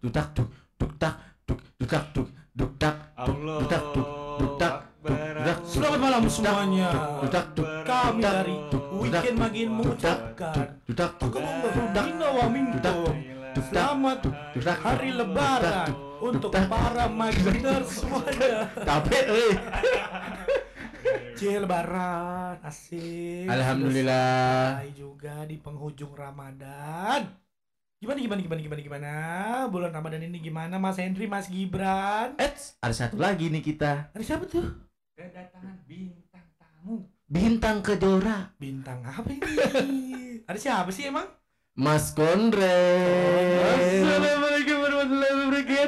tak tuk tuk tak tuk tak tuk tak Allah tak Selamat malam semuanya. Kami dari Weekend Magin mengucapkan Selamat Hari Lebaran untuk para Maginers semuanya. Capek Lebaran asik. Alhamdulillah. Selesai juga di penghujung Ramadan. Gimana? Bulan Ramadan ini gimana Mas Henry, Mas Gibran? Ada satu lagi nih kita. Ada siapa tuh? Kedatangan bintang tamu. Bintang Kejora. Bintang apa ini? Ada siapa sih emang? Mas Kondre. Assalamualaikum warahmatullahi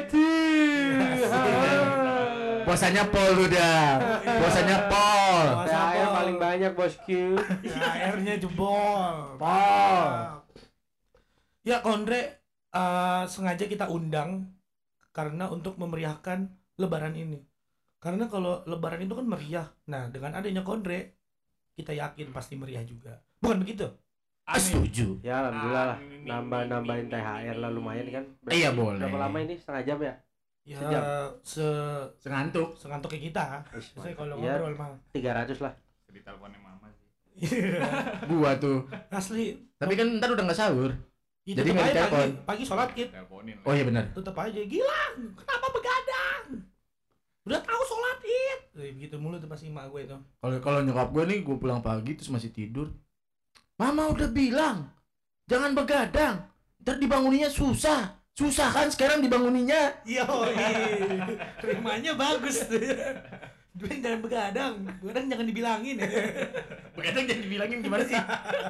wabarakatuh. Puasanya Pol udah. Puasanya Pol. THR paling banyak bosku. THR-nya jebol. Pol. Ya Kondre, sengaja kita undang karena untuk memeriahkan Lebaran ini. Karena kalau Lebaran itu kan meriah. Nah, dengan adanya Kondre, kita yakin pasti meriah juga. Bukan begitu? Setuju. Ya alhamdulillah lah. Nambahin THR lah lumayan kan. Iya, boleh. Berapa lama ini? Setengah jam ya? Ya, Sejam. Sengantuk. Segantuk kayak kita. Saya kalau Ya, ngobrol mah. 300 lah. Di teleponnya mama sih. Gua tuh. Asli. Tapi kan ntar udah nggak sahur. Itu Jadi nggak ditelepon. pagi sholat Id. Teleponin. Oh iya benar. Tetep aja gila. Kenapa begadang? Udah tahu sholat Id. Begitu mulu tuh pasti emak gue itu. Kalau nyokap gue nih, gue pulang pagi terus masih tidur. Mama udah bilang jangan begadang. Ntar dibanguninnya susah. Susah kan sekarang dibanguninnya. Rimanya bagus tuh. Duit jangan begadang jangan dibilangin. Begadang jangan dibilangin gimana sih?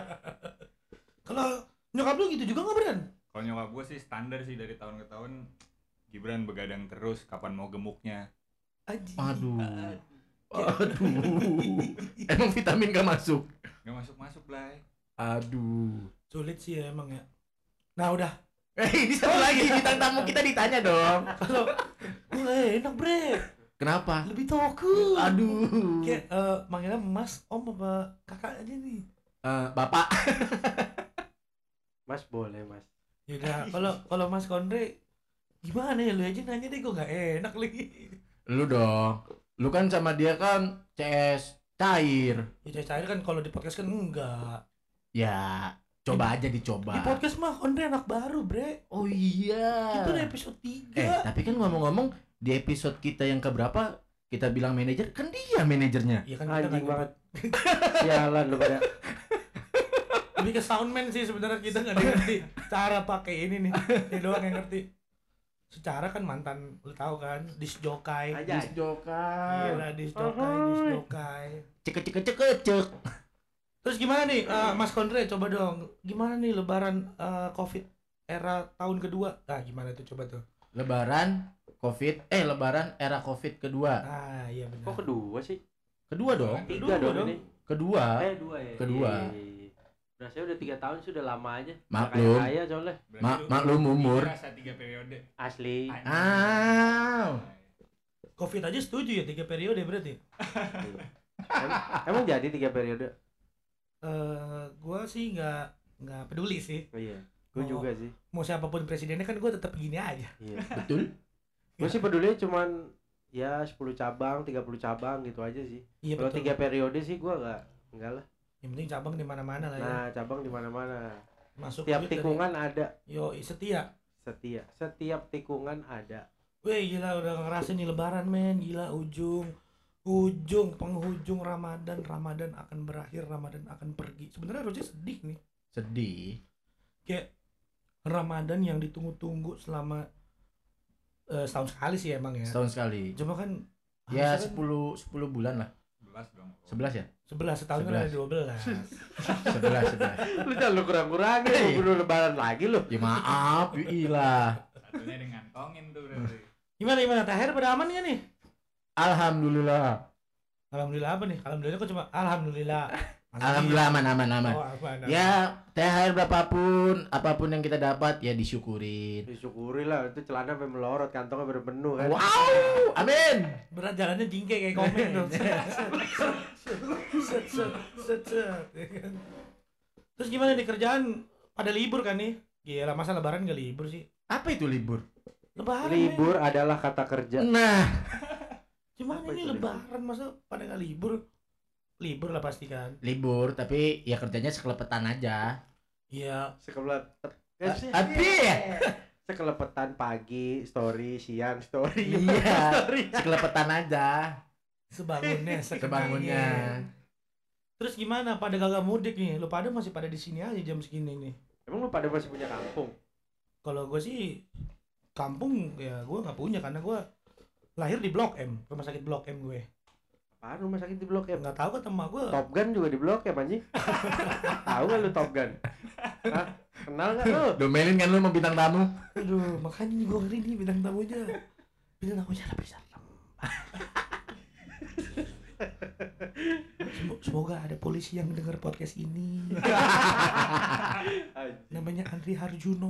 Kalau nyokap lu gitu juga nggak Bran? Kalau nyokap gue sih standar sih dari tahun ke tahun. Gibran begadang terus, kapan mau gemuknya? Aduh. Emang vitamin gak masuk? Gak masuk Blay. Aduh. Sulit sih ya emang ya. Nah udah. Ini satu lagi bintang tamu kita ditanya dong. Kalau enak bre. Kenapa? Lebih toku. Aduh. Kayak manggilnya Mas, Om apa kakak aja nih. Bapak. Mas boleh mas. Ya kalau Mas Kondre gimana ya, lu aja nanya deh, gue nggak enak lagi. Lu dong. Lu kan sama dia kan CS cair. Ya cair kan, kalau di podcast kan enggak. Ya, coba aja dicoba. Di podcast mah Kondre anak baru bre. Oh iya. Itu udah episode 3. Tapi kan ngomong-ngomong di episode kita yang keberapa kita bilang manajer, kan dia manajernya. Iya kan, Anjing kita banget. Sialan lu pada. lebih ke soundman sih sebenarnya, kita nggak ngerti cara pakai ini nih. Dia doang yang ngerti. Secara kan mantan, lu tahu kan, disc jockey. Aja. Jokai. Gila, disc jockey. Cek. Terus gimana nih Mas Kondre, coba dong, gimana nih Lebaran Covid era tahun kedua? Nah gimana tuh, coba tuh. Lebaran era Covid kedua. Iya benar. Kok kedua sih? Kedua dong. Tiga dong ini. Kedua. Dua ya. Kedua. Iya. Nah saya udah 3 tahun sudah lama aja. Maklum. Kaya soalnya. Maklum umur. Rasa 3 periode. Asli. Covid aja setuju ya 3 periode berarti. Emang jadi 3 periode? Gua sih nggak peduli sih. Oh iya. Gue juga sih. Mau siapapun presidennya kan gue tetap gini aja. Iya. Betul. Gue sih peduli cuman ya 10 cabang, 30 cabang gitu aja sih. Iya Kalau betul. 3 periode sih gue enggak lah. Yang penting cabang di mana-mana lah ya. Nah, cabang di mana-mana. Masuk Setiap duit tikungan ada. Yo setia. Setiap tikungan ada. Weh gila, udah ngerasain nih Lebaran men, gila, ujung penghujung Ramadan akan berakhir, Ramadan akan pergi. Sebenarnya harusnya sedih nih. Sedih. Kayak Ramadan yang ditunggu-tunggu selama setahun sekali sih emang ya. Setahun sekali. Cuma kan Ya harusnya kan 10 bulan lah. 11 dong. 11 ya? 11 setahun kan ada 12. 11. Lu jangan lu kurang-kurangin, Hey. lu lebaran lagi lu. Ya maaf, ilah. Satunya ngantongin tuh berarti. Gimana THR pada aman gak nih? Alhamdulillah. Alhamdulillah apa nih? Alhamdulillah kok cuma alhamdulillah. Alhamdulillah aman. Oh, aman. Ya, THR apapun yang kita dapat ya disyukurin. Disyukuri lah, itu celana sampai melorot, kantongnya baru penuh kan. Wow, amin. Berat jalannya jingke kayak komen tuh. Set. Terus gimana nih kerjaan? Pada libur kan nih? Gila, masa Lebaran gak libur sih? Apa itu libur? Lebaran. Libur adalah kata kerja. Nah, Cuman Apa ini itu lebaran masa pada nggak libur? Libur lah pasti kan. libur tapi ya kerjanya sekelepetan aja. Iya. Sekelepetan. Tapi ya? Sekelepetan pagi, story, siang, story. Iya, Story. sekelepetan aja. Sebangunnya, Kebangunnya. Terus gimana? Pada kagak mudik nih? Lu pada masih pada di sini aja jam segini nih. Emang lu pada masih punya kampung? Kalau gue sih kampung ya gue nggak punya karena gue lahir di Blok M, rumah sakit Blok M gue. Apaan rumah sakit di Blok M? Nggak tahu kata emak gue. Top Gun juga di Blok M anjing. Tahu nggak lu Top Gun? Hah? Kenal nggak lu? Domelin kan lu mau bintang tamu. Aduh, makanya gue ngeri nih bintang tamunya. Bintang tamunya lebih serem. Semoga ada polisi yang dengar podcast ini. Namanya Andri Harjuno.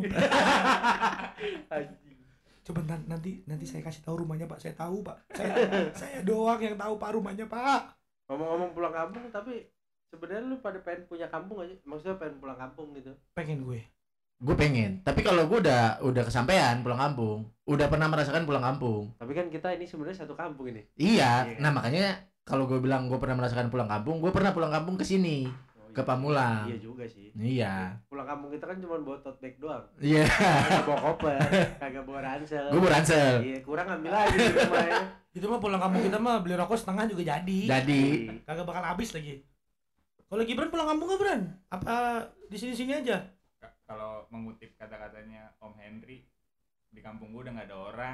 Anjing. Coba nanti saya kasih tahu rumahnya Pak. Saya tahu Pak. Saya doang yang tahu Pak rumahnya Pak. Ngomong-ngomong pulang kampung, tapi sebenarnya lu pada pengen punya kampung aja? Maksudnya pengen pulang kampung gitu? Pengen gue. Gue pengen, tapi kalau gue udah kesampaian pulang kampung, udah pernah merasakan pulang kampung. Tapi kan kita ini sebenarnya satu kampung ini. Iya, Iya. nah makanya kalau gue bilang gue pernah merasakan pulang kampung, gue pernah pulang kampung ke sini, Oh, ke Pamulang. Iya juga sih. Iya. Pulang kampung kita kan cuma bawa tote bag doang. Iya. Kagak bawa koper, kagak bawa ransel. Gue beransel. Iya, kurang ambil lagi di rumah ya. Itu mah pulang kampung kita mah beli rokok setengah juga jadi. Jadi, Kagak bakal habis lagi. Kalau Gibran pulang kampung gak Bran? Apa di sini-sini aja? Kalau mengutip kata-katanya Om Henry, di kampung gua udah nggak ada orang.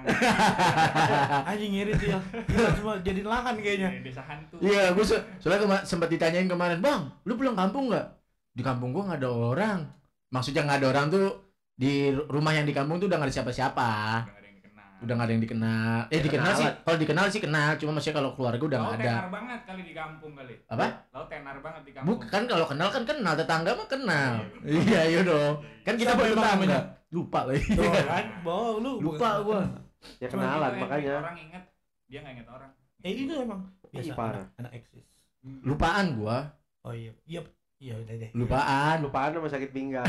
Anjing ngiri tuh ya. Kita semua jadi lahan kayaknya. Di desa hantu. iya gue soalnya sempat ditanyain kemarin, bang, lu pulang kampung nggak? Di kampung gue nggak ada orang. Maksudnya nggak ada orang tuh di rumah yang di kampung tuh udah nggak ada siapa-siapa. Udah nggak ada yang dikenal. Udah nggak ada yang dikenal. Dikenal sih. Kalau dikenal sih kenal. Cuma maksudnya kalau keluarga udah Laut nggak ada. tenar banget kali di kampung kali. Apa? Laut tenar banget di kampung. Bukan, kalau kenal kan kenal, tetangga mah kenal. Iya, iya dong. Kan kita Siapa emang bertetangga. namanya? Lupa lagi. Tuh kan, bohong lu. Lupa gua. Ya Cuma kenalan gitu, Henry, makanya. orang inget, dia nggak inget orang. Itu emang biasa Ih, parah. anak eksis. Lupaan gua. Oh iya, iya udah deh. Lupaan. Lupaan sama sakit pinggang.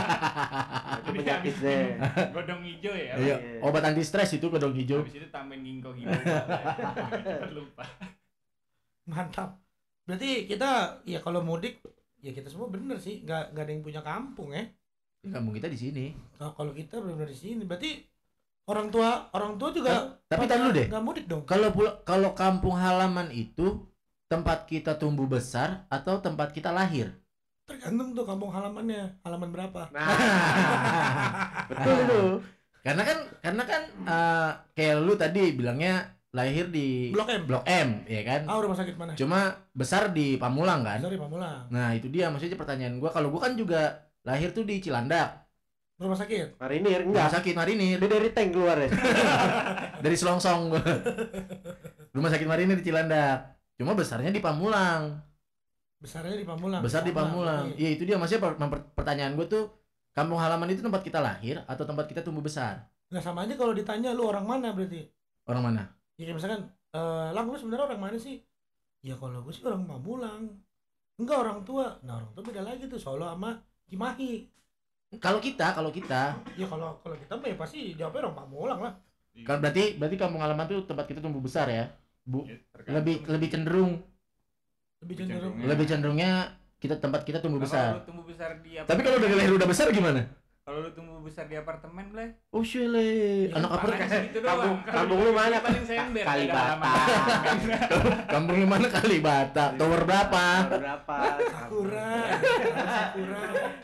Itu Jadi penyakit habis deh. Godong hijau ya. Iya, Iya. obat anti stres itu kedong hijau. Habis itu tambahin ginkgo biloba. Cepet lupa. Mantap. Berarti kita ya kalau mudik ya kita semua bener sih, nggak ada yang punya kampung ya. Kampung kita di sini. Nah, kalau kita benar di sini, berarti orang tua juga. Tapi pada tar dulu deh. nggak mudik dong. Kalau kampung halaman itu tempat kita tumbuh besar atau tempat kita lahir? Tergantung tuh kampung halamannya, halaman berapa. Nah, betul itu. Karena kan kayak lu tadi bilangnya lahir di Blok M. Blok M, ya kan? Ah, rumah sakit mana? Cuma besar di Pamulang kan? Sorry, Pamulang. Nah, itu dia maksudnya pertanyaan gua. Kalau gua kan juga lahir tuh di Cilandak. Rumah sakit. Marinir Rumah enggak. sakit Marinir. Dia dari tank keluar ya. Dari Selongsong gua. Rumah sakit Marinir di Cilandak. Cuma besarnya di Pamulang. Besarnya di Pamulang. Besar di Sama, Pamulang. berarti. Iya, itu dia maksudnya pertanyaan gua tuh, kampung halaman itu tempat kita lahir atau tempat kita tumbuh besar? Nah, sama aja kalau ditanya lu orang mana berarti. Orang mana? Ya kayak misalkan, Lang lu sebenarnya orang mana sih? Ya kalau gue sih orang Pamulang. Enggak, orang tua. Nah, orang tua beda lagi tuh, Solo sama Cimahi. Kalau kita Ya kalau kita mah ya pasti jawabnya orang Pamulang lah. kan berarti kampung halaman tuh tempat kita tumbuh besar ya. Bu, Ya, tergantung. lebih cenderung Lebih cenderung. cenderung. lebih cenderungnya tempat kita tumbuh Nah, besar. Kalau lu tumbuh besar di Tapi kalau dari lahir udah besar gimana? Kalau lu tumbuh besar di apartemen, Blay. Oh syele, Ya, anak apa? Paling segitu doang. kampung lu mana? Paling sender. Kalibata. Kampung lu mana Kalibata? Tower berapa? Berapa? Sakura. Sakura.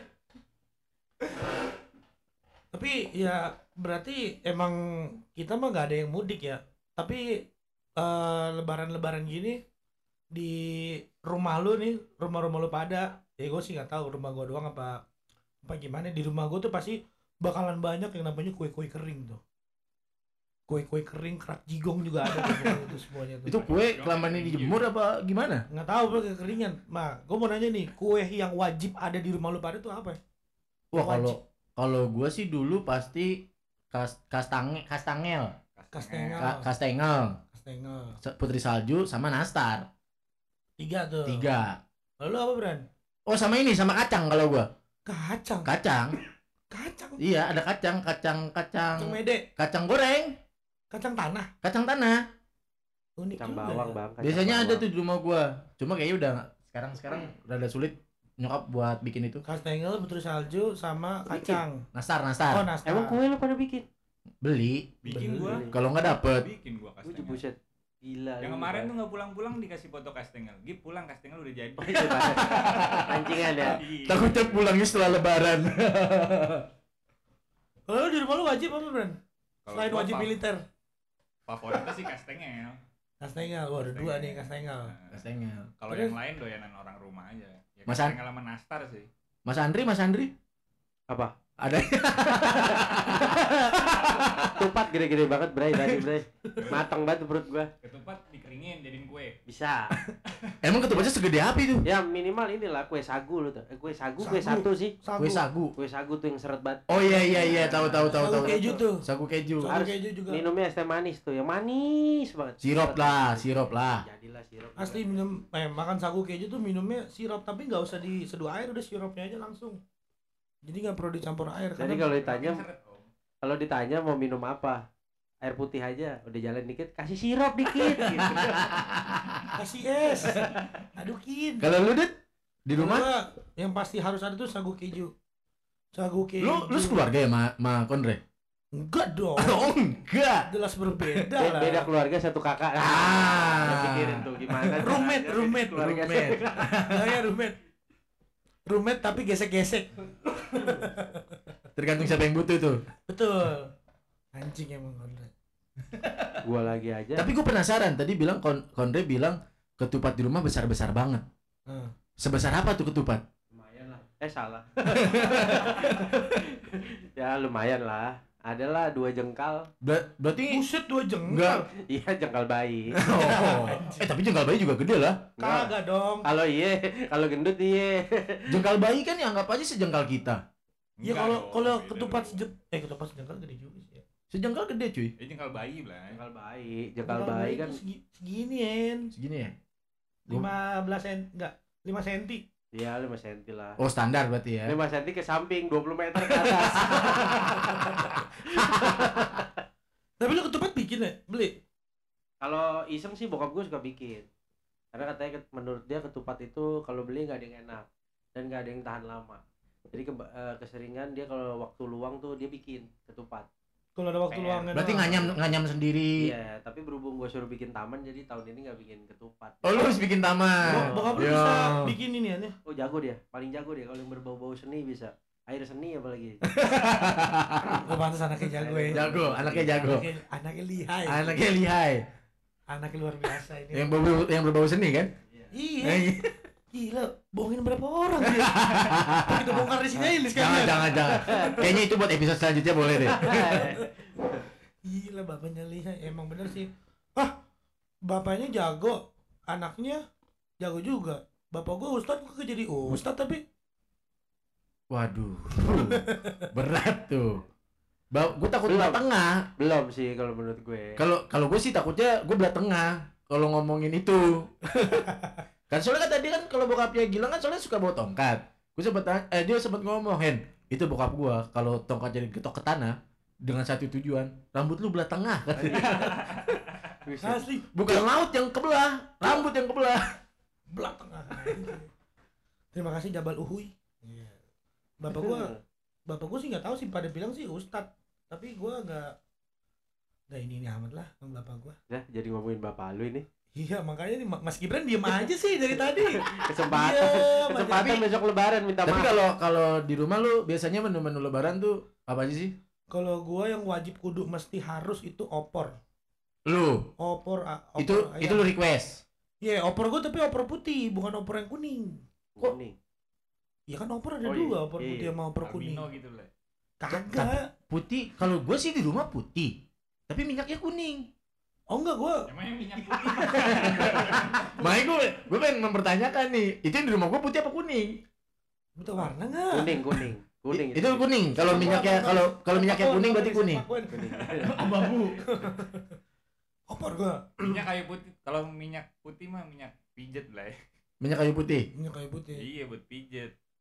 Tapi ya berarti emang kita mah nggak ada yang mudik ya. Tapi lebaran-lebaran gini di rumah lu nih, rumah-rumah lu pada, ya gue sih nggak tahu rumah gue doang apa gimana. Di rumah gue tuh pasti bakalan banyak yang namanya kue-kue kering tuh. Kue-kue kering, kerak jigong juga ada tuh, pokoknya itu semuanya tuh. Itu kue kelamaan ini dijemur apa gimana? Nggak tahu bro, kekeringan. Nah, gue mau nanya nih, kue yang wajib ada di rumah lu pada tuh apa ya? Wah, Wajib. kalau gua sih dulu pasti kastangel, Kastengel. kastengel, Kastengel. putri salju sama nastar. 3 tuh. 3. Lalu apa Bran? Oh, sama ini sama kacang kalau gua. Kacang. Kacang. Kacang. Iya, ada kacang Kacang mede. kacang goreng, Kacang tanah. kacang tanah. Unik Kacang juga bawang, ya. Bang. Kacang Biasanya ada bawang. tuh di rumah gua. Cuma kayaknya udah sekarang rada sulit nyokap buat bikin itu. Kastengel, putri salju, sama kacang. Nastar. Oh, nastar. Emang kue lu pada bikin? Beli. Bikin gua. Kalau nggak dapet. Bikin gua Wih, kastengel. buset. Gila. Yang lu, kemarin Bang. tuh nggak pulang-pulang dikasih foto kastengel. Gip pulang kastengel udah jadi. Oh, itu Bang. Ancingan ya. Iya. Takutnya pulangnya setelah lebaran. Kalau lu di rumah lu wajib apa, Bran? Kalau Selain gua wajib militer. Favoritnya sih kastengel. Kastengel, wah ada dua nih kastengel. Nah, Kastengel. kalau Terus? yang lain doyanan orang rumah aja. Ya Mas kastengel sama nastar sih. Mas Andri. Apa? Ada. Tupat gede-gede banget, Bray, tadi, Bray. Matang banget perut gua. Ketupat dikeringin jadiin kue. Bisa. Emang ketupatnya segede apa itu? Ya minimal inilah kue sagu lu tuh. Kue sagu. Kue Sagu. satu sih. Kue sagu. Kue sagu tuh yang seret banget. Oh iya, tahu. Sagu keju tuh. Sagu keju. Sagu Harus keju juga. Minumnya es teh manis tuh, yang manis banget. Sirop lah. Jadilah sirop. Asli minum makan sagu keju tuh minumnya sirup, tapi nggak usah diseduh air, udah sirupnya aja langsung. Jadi nggak perlu dicampur air. Jadi karena kalau ditanya mau minum apa? Air putih aja, udah jalan dikit, kasih sirup dikit gitu. kasih es, adukin. Kalau lu Dit di Kalau rumah? gua, yang pasti harus ada tuh sagu keju. Sagu keju. Lu sekeluarga ya sama Kondre? Enggak dong. Oh enggak. Jelas berbeda lah. Beda keluarga satu kakak. Ah. Pikirin tuh gimana. Roommate, caranya roommate, keluarga roommate. Ya roommate. Roommate tapi gesek-gesek. Tergantung siapa yang butuh tuh. Betul. Anjing emang Kondre. Gua lagi aja. Tapi gue penasaran, tadi bilang Kondre bilang ketupat di rumah besar-besar banget. Sebesar apa tuh ketupat? Lumayan lah. Salah. Ya lumayan lah. Adalah 2 jengkal. Berarti Buset 2 enggak. jengkal. Iya jengkal bayi. Oh. Tapi jengkal bayi juga gede lah. Kagak dong. Kalau iya, kalau gendut iya. Jengkal bayi kan ya anggap aja sejengkal kita. Ya kalau ketupat ketupat sejengkal gede juga sih ya. Sejengkal gede cuy. Jengkal bayi lah. Jengkal bayi, jengkal bayi kan. segini En. Segini ya. 15 cm enggak 5 cm. Iya 5 cm lah. Oh standar berarti ya. 5 cm ke samping, 20 meter ke atas. Tapi lu ketupat bikin ya? Beli? Kalau iseng sih bokap gue suka bikin. Karena katanya menurut dia ketupat itu kalau beli nggak ada yang enak dan nggak ada yang tahan lama. Jadi keseringan dia kalau waktu luang tuh dia bikin ketupat. Kalau ada waktu luang Berarti nganyam sendiri. Iya, tapi berhubung gue suruh bikin taman jadi tahun ini nggak bikin ketupat. Oh lu harus bikin taman. Bokap lu Ya. bisa bikin ini ya? Oh jago dia, paling jago dia kalau yang berbau-bau seni bisa. Air seni apalagi. Oh pantas anaknya jago ya. Jago, anaknya jago. Anaknya lihai. Anaknya lihai. Anaknya luar biasa ini. Yang berbau seni kan? Iya. Gila, bohongin berapa orang dia? Kita bongkar di sini aja nih sekalian. Jangan. Kayaknya itu buat episode selanjutnya boleh deh. Gila bapaknya lihai, emang bener sih. Bapaknya jago, anaknya jago juga. Bapak gua ustad, gua jadi ustad tapi Waduh. Berat tuh. Gue takut belah tengah. Belum sih kalau menurut gue. Kalau gue sih takutnya gue belah tengah kalau ngomongin itu. Kan soalnya kan tadi kan kalau bokapnya Gilang kan soalnya suka bawa tongkat. Gue dia sempat ngomong, "Hen, itu bokap gue kalau tongkatnya digetok ke tanah dengan satu tujuan, rambut lu belah tengah." asli Bukan laut yang kebelah, rambut yang kebelah. belah tengah. Terima kasih Jabal Uhuy. Bapak gua sih nggak tahu sih, pada bilang sih ustad, tapi gua nggak ini amat lah sama bapak gua. Ya, jadi ngomongin bapak lu ini. Iya makanya nih Mas Gibran diem aja sih dari tadi. Kesempatan besok lebaran minta Tapi maaf. kalau di rumah lu biasanya menu-menu lebaran tuh apa aja sih? Kalau gua yang wajib kudu mesti harus itu opor. Lu Opor itu lu request. Iya, opor gua tapi opor putih, bukan opor yang kuning. Kok nih? Iya kan opor ada Oh, dua, iya. opor Iya. putih sama opor kuning. Albino gitu lah. Kagak. Putih, kalau gue sih di rumah putih, tapi minyaknya kuning. Oh enggak, gua Emangnya minyak putih. Makanya gue pengen mempertanyakan nih, itu yang di rumah gue putih apa kuning? butuh warna enggak? Kuning. Itu kuning. Kalau minyaknya kalau minyaknya kuning berarti kuning. Kuning. Abu-abu. Opor gua. Minyak kayu putih. Kalau minyak putih mah minyak pijet lah ya. Minyak kayu putih. Minyak kayu putih. Iya buat pijet.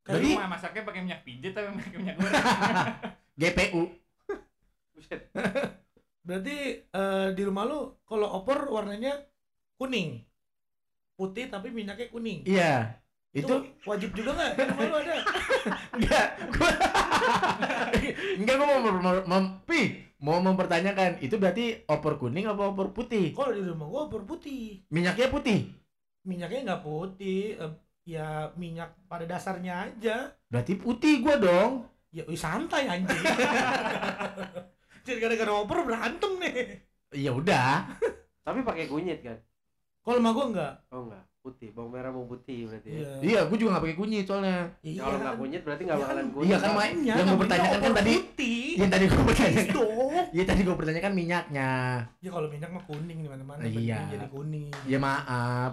Jadi Berarti masaknya pakai minyak pijet tapi pakai minyak goreng. GPU. Buset. Berarti di rumah lu kalau opor warnanya kuning. Putih tapi minyaknya kuning. Iya. Itu wajib juga nggak? Di rumah lu ada? enggak gua enggak gua mau mempertanyakan itu berarti opor kuning apa opor putih? Kalau di rumah gua opor putih. Minyaknya putih. Minyaknya nggak putih, ya minyak pada dasarnya aja. Berarti putih gua dong. Ya santai anjing. Jadi gara-gara opor berantem nih. Ya udah. Tapi pakai kunyit kan? Kalau rumah gua enggak. Oh enggak, putih. Bawang merah mau putih berarti ya. Iya, gua juga nggak pakai kunyit soalnya. Iya. Kalau nggak kunyit berarti nggak Iya bakalan kan? kunyit. Iya kan, Mak? Makanya, Yang gua pertanyakan kan opor tadi. putih. Yang tadi gua pertanyakan. dong. Iya tadi gua pertanyakan minyaknya. Ya kalau minyak mah kuning di mana-mana. Iya. Penting jadi kuning. Ya maaf.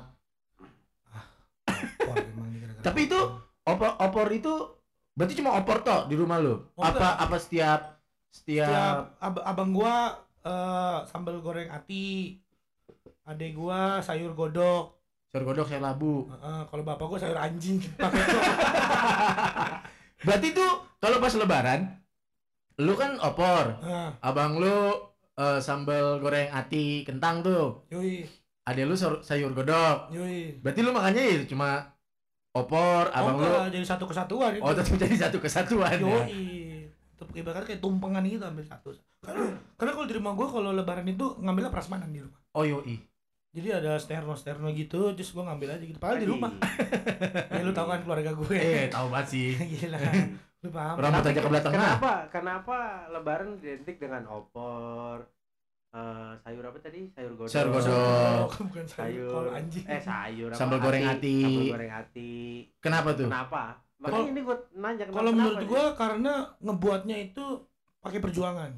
Opor emang nih gara-gara Tapi itu opor itu berarti cuma opor toh di rumah lu? Oh, Apa setiap Setiap abang gua sambal goreng ati, adek gua sayur godok, sayur godok, sayur labu. kalau bapak gua sayur anjing pakai kok. Berarti itu kalau pas lebaran lu kan opor, abang lu sambal goreng ati kentang tuh, Yoi, adek lu sayur godok. yoi. Berarti lu makannya ya cuma opor, abang lu. Enggak, jadi satu kesatuan itu. Oh, tetap jadi satu kesatuan ya. Yoi. Itu ibaratnya kayak tumpengan gitu ambil satu. Karena kalau di rumah gua kalau lebaran itu ngambilnya prasmanan di rumah. Oh yoi. Jadi ada sterno gitu, terus gua ngambil aja gitu. Padahal di rumah. Ya lu tahu kan keluarga gue. Tahu banget sih. Gila. Lu paham? Rambut Tapi aja ke belah tengah. Kenapa lebaran identik dengan opor? Sayur apa tadi? Sayur godok. Sayur godok. Bukan sayur. Sayur. Kalau anjing. Sayur apa? Sambal goreng ati. Sambal goreng ati. Kenapa tuh? Kenapa? Makanya ini gue nanya kenapa. Kalau menurut nih? gua karena ngebuatnya itu pakai perjuangan.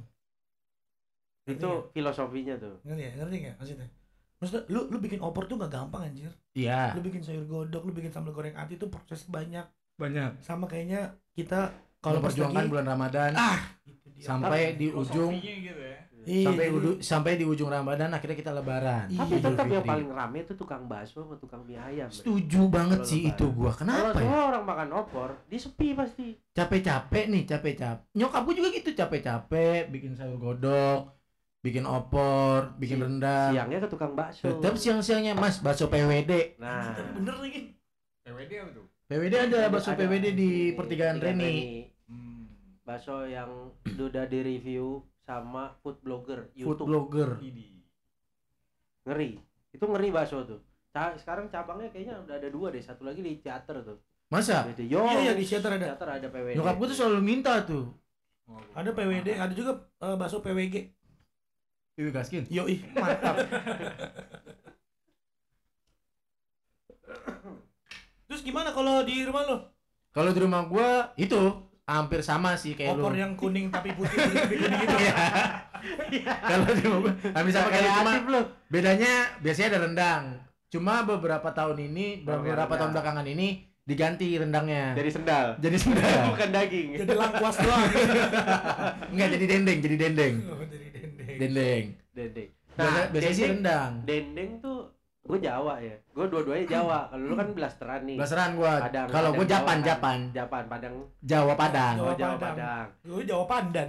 Itu filosofinya tuh. Ngerti nggak maksudnya? Maksudnya lu bikin opor tuh nggak gampang anjir. Iya. Lu bikin sayur godok, lu bikin sambal goreng ati tuh prosesnya banyak. Banyak. Sama kayaknya kita Kalau kalau pas perjuangan lagi bulan Ramadan itu dia. sampai di ujung Filosofinya gitu ya. Iya, sampai di ujung Ramadan akhirnya kita lebaran. Iya. Tapi Idul tetap yang Fitri. paling rame itu tukang bakso sama tukang mie ayam. Bre. Setuju banget Kalau sih lebaran. itu gua. Kalau Kenapa ya? semua orang makan opor, dia sepi pasti. Capek-capek. Nyokap gua juga gitu, capek-capek bikin sayur godok, bikin opor, bikin rendang. Siangnya ke tukang bakso. Tetap siang-siangnya Mas bakso PWD. Nah, bener lagi. PWD apa tuh? PWD ada bakso Ada PWD di ini, pertigaan Pertigaan Reni. Bakso yang udah di-review sama food blogger Food YouTube. blogger. Ngeri. Itu ngeri bakso tuh. Sekarang cabangnya kayaknya udah ada 2 deh. Satu lagi di teater tuh. Masa? Jadi Iya, di teater ada. Teater ada PWD. Nyokap gua tuh selalu minta tuh. Ada PWD, ada juga bakso PWG. Piwi Gaskin. Yoi, mantap. Terus gimana kalau di rumah lo? Kalau di rumah gua itu hampir sama sih kayak lu. Opor yang kuning tapi putih lebih kuning gitu. Iya. Kalau di rumah gua hampir sama kayak lu, cuma Kreatif lu. bedanya biasanya ada rendang. Cuma beberapa tahun ini, Pakai beberapa tahun rendang. belakangan ini diganti rendangnya. Dari sendal. Jadi sendal. Bukan daging. Jadi langkuas doang. Enggak jadi dendeng, jadi dendeng. Oh, jadi dendeng. Dendeng. Dendeng. Biasanya sih rendang. Dendeng tuh gue Jawa ya. Gue dua-duanya Jawa. Kalau lu kan blasteran nih. Blasteran gua. Padang, Kalau gua Padang Japan, Jawa kan. Japan. Japan, Padang. Jawa Padang. Jawa Oh, Jawa Padang. Padang. Gue Jawa Pandan.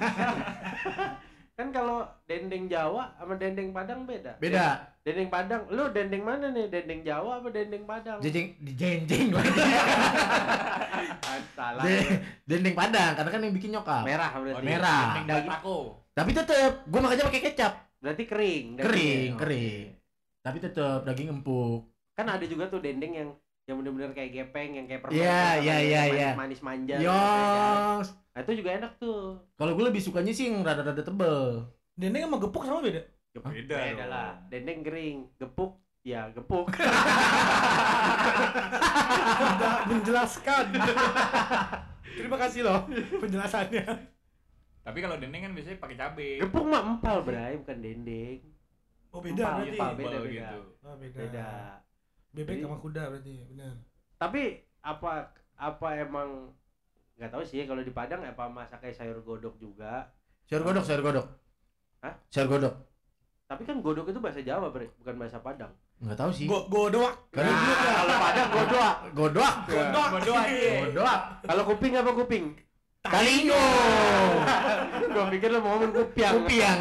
Kan kalau dendeng Jawa sama dendeng Padang beda. Beda. Dendeng Padang, lu dendeng mana nih? Dendeng Jawa apa dendeng Padang? Jenjeng lagi. Salah. Dendeng Padang karena kan yang bikin nyokap. Merah berarti. Merah. Daging. Tapi tetep gua makannya pakai kecap. Berarti kering. Kering, Oke. kering. Tapi tetep daging empuk. Kan ada juga tuh dendeng yang bener-bener kayak gepeng, yang kayak permen. Iya, apa, iya, yang iya. Manis manja. gitu kan. Yos. Nah, itu juga enak tuh. Kalau gue lebih sukanya sih yang rada-rada tebel. Dendeng sama gepuk sama beda? Beda Beda dong. lah. Dendeng kering, gepuk. Ya, gepuk. Tidak menjelaskan. Terima kasih loh penjelasannya. Tapi kalau dendeng kan biasanya pakai cabe. Gepuk mah empal, Bray, bukan dendeng. Oh beda berarti. Empal, Empal beda. gitu. Oh beda. Beda. Bebek Jadi- sama kuda berarti, benar. Tapi apa emang nggak tahu sih kalau di Padang apa masaknya sayur godok juga. Sayur godok. Hah? Sayur godok. Tapi kan godok itu bahasa Jawa, Bre, bukan bahasa Padang. Enggak tahu sih. Godoak. Karena Nah, kalau Padang godoak. Godoak. Bodoh aja. Godoak. Kalau kuping apa kuping? Talingo. Gua pikir lo mau ngomong kupiang. Kupiang.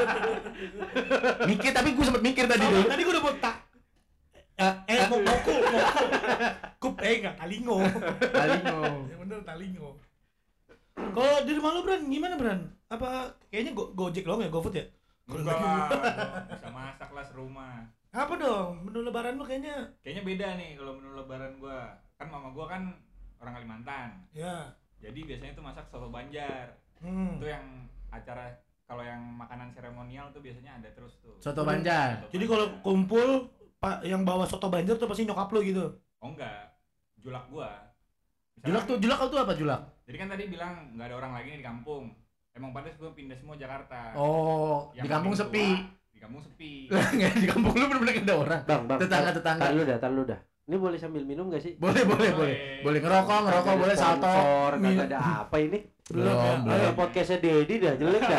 Mikir tapi gue sempet mikir tadi tuh. Tadi gue udah mau tak. Moku. Enggak, talingo. Talingo. Yang bener talingo. Kalau di rumah lo Bran, gimana Bran? Apa kayaknya Gojek doang ya, GoFood ya? Enggak lah, bisa masak lah serumah. Apa dong? Menu lebaran lo kayaknya. Kayaknya beda nih kalau menu lebaran gua. Kan mama gua kan orang Kalimantan. Ya. Jadi biasanya tuh masak soto Banjar. Itu yang acara kalau yang makanan seremonial tuh biasanya ada terus tuh. Soto Banjar. Soto Jadi Banjar. kalau kumpul Pak yang bawa soto Banjar tuh pasti nyokap lo gitu. Oh enggak, julak gua. Julak tuh apa julak? Jadi kan tadi bilang nggak ada orang lagi nih di kampung. Emang pantas gua pindah semua Jakarta. Oh, Yang di kampung paling sepi. tua, di kampung sepi. Nggak, di kampung lu bener-bener nggak ada orang. Bang. Tetangga. Tar lu dah. Ini boleh sambil minum gak sih? Boleh. Boleh ngerokok, Kagak ada boleh salto. sponsor, kagak ada apa ini? Belum. Ada podcastnya Dedi dah, jelek dah.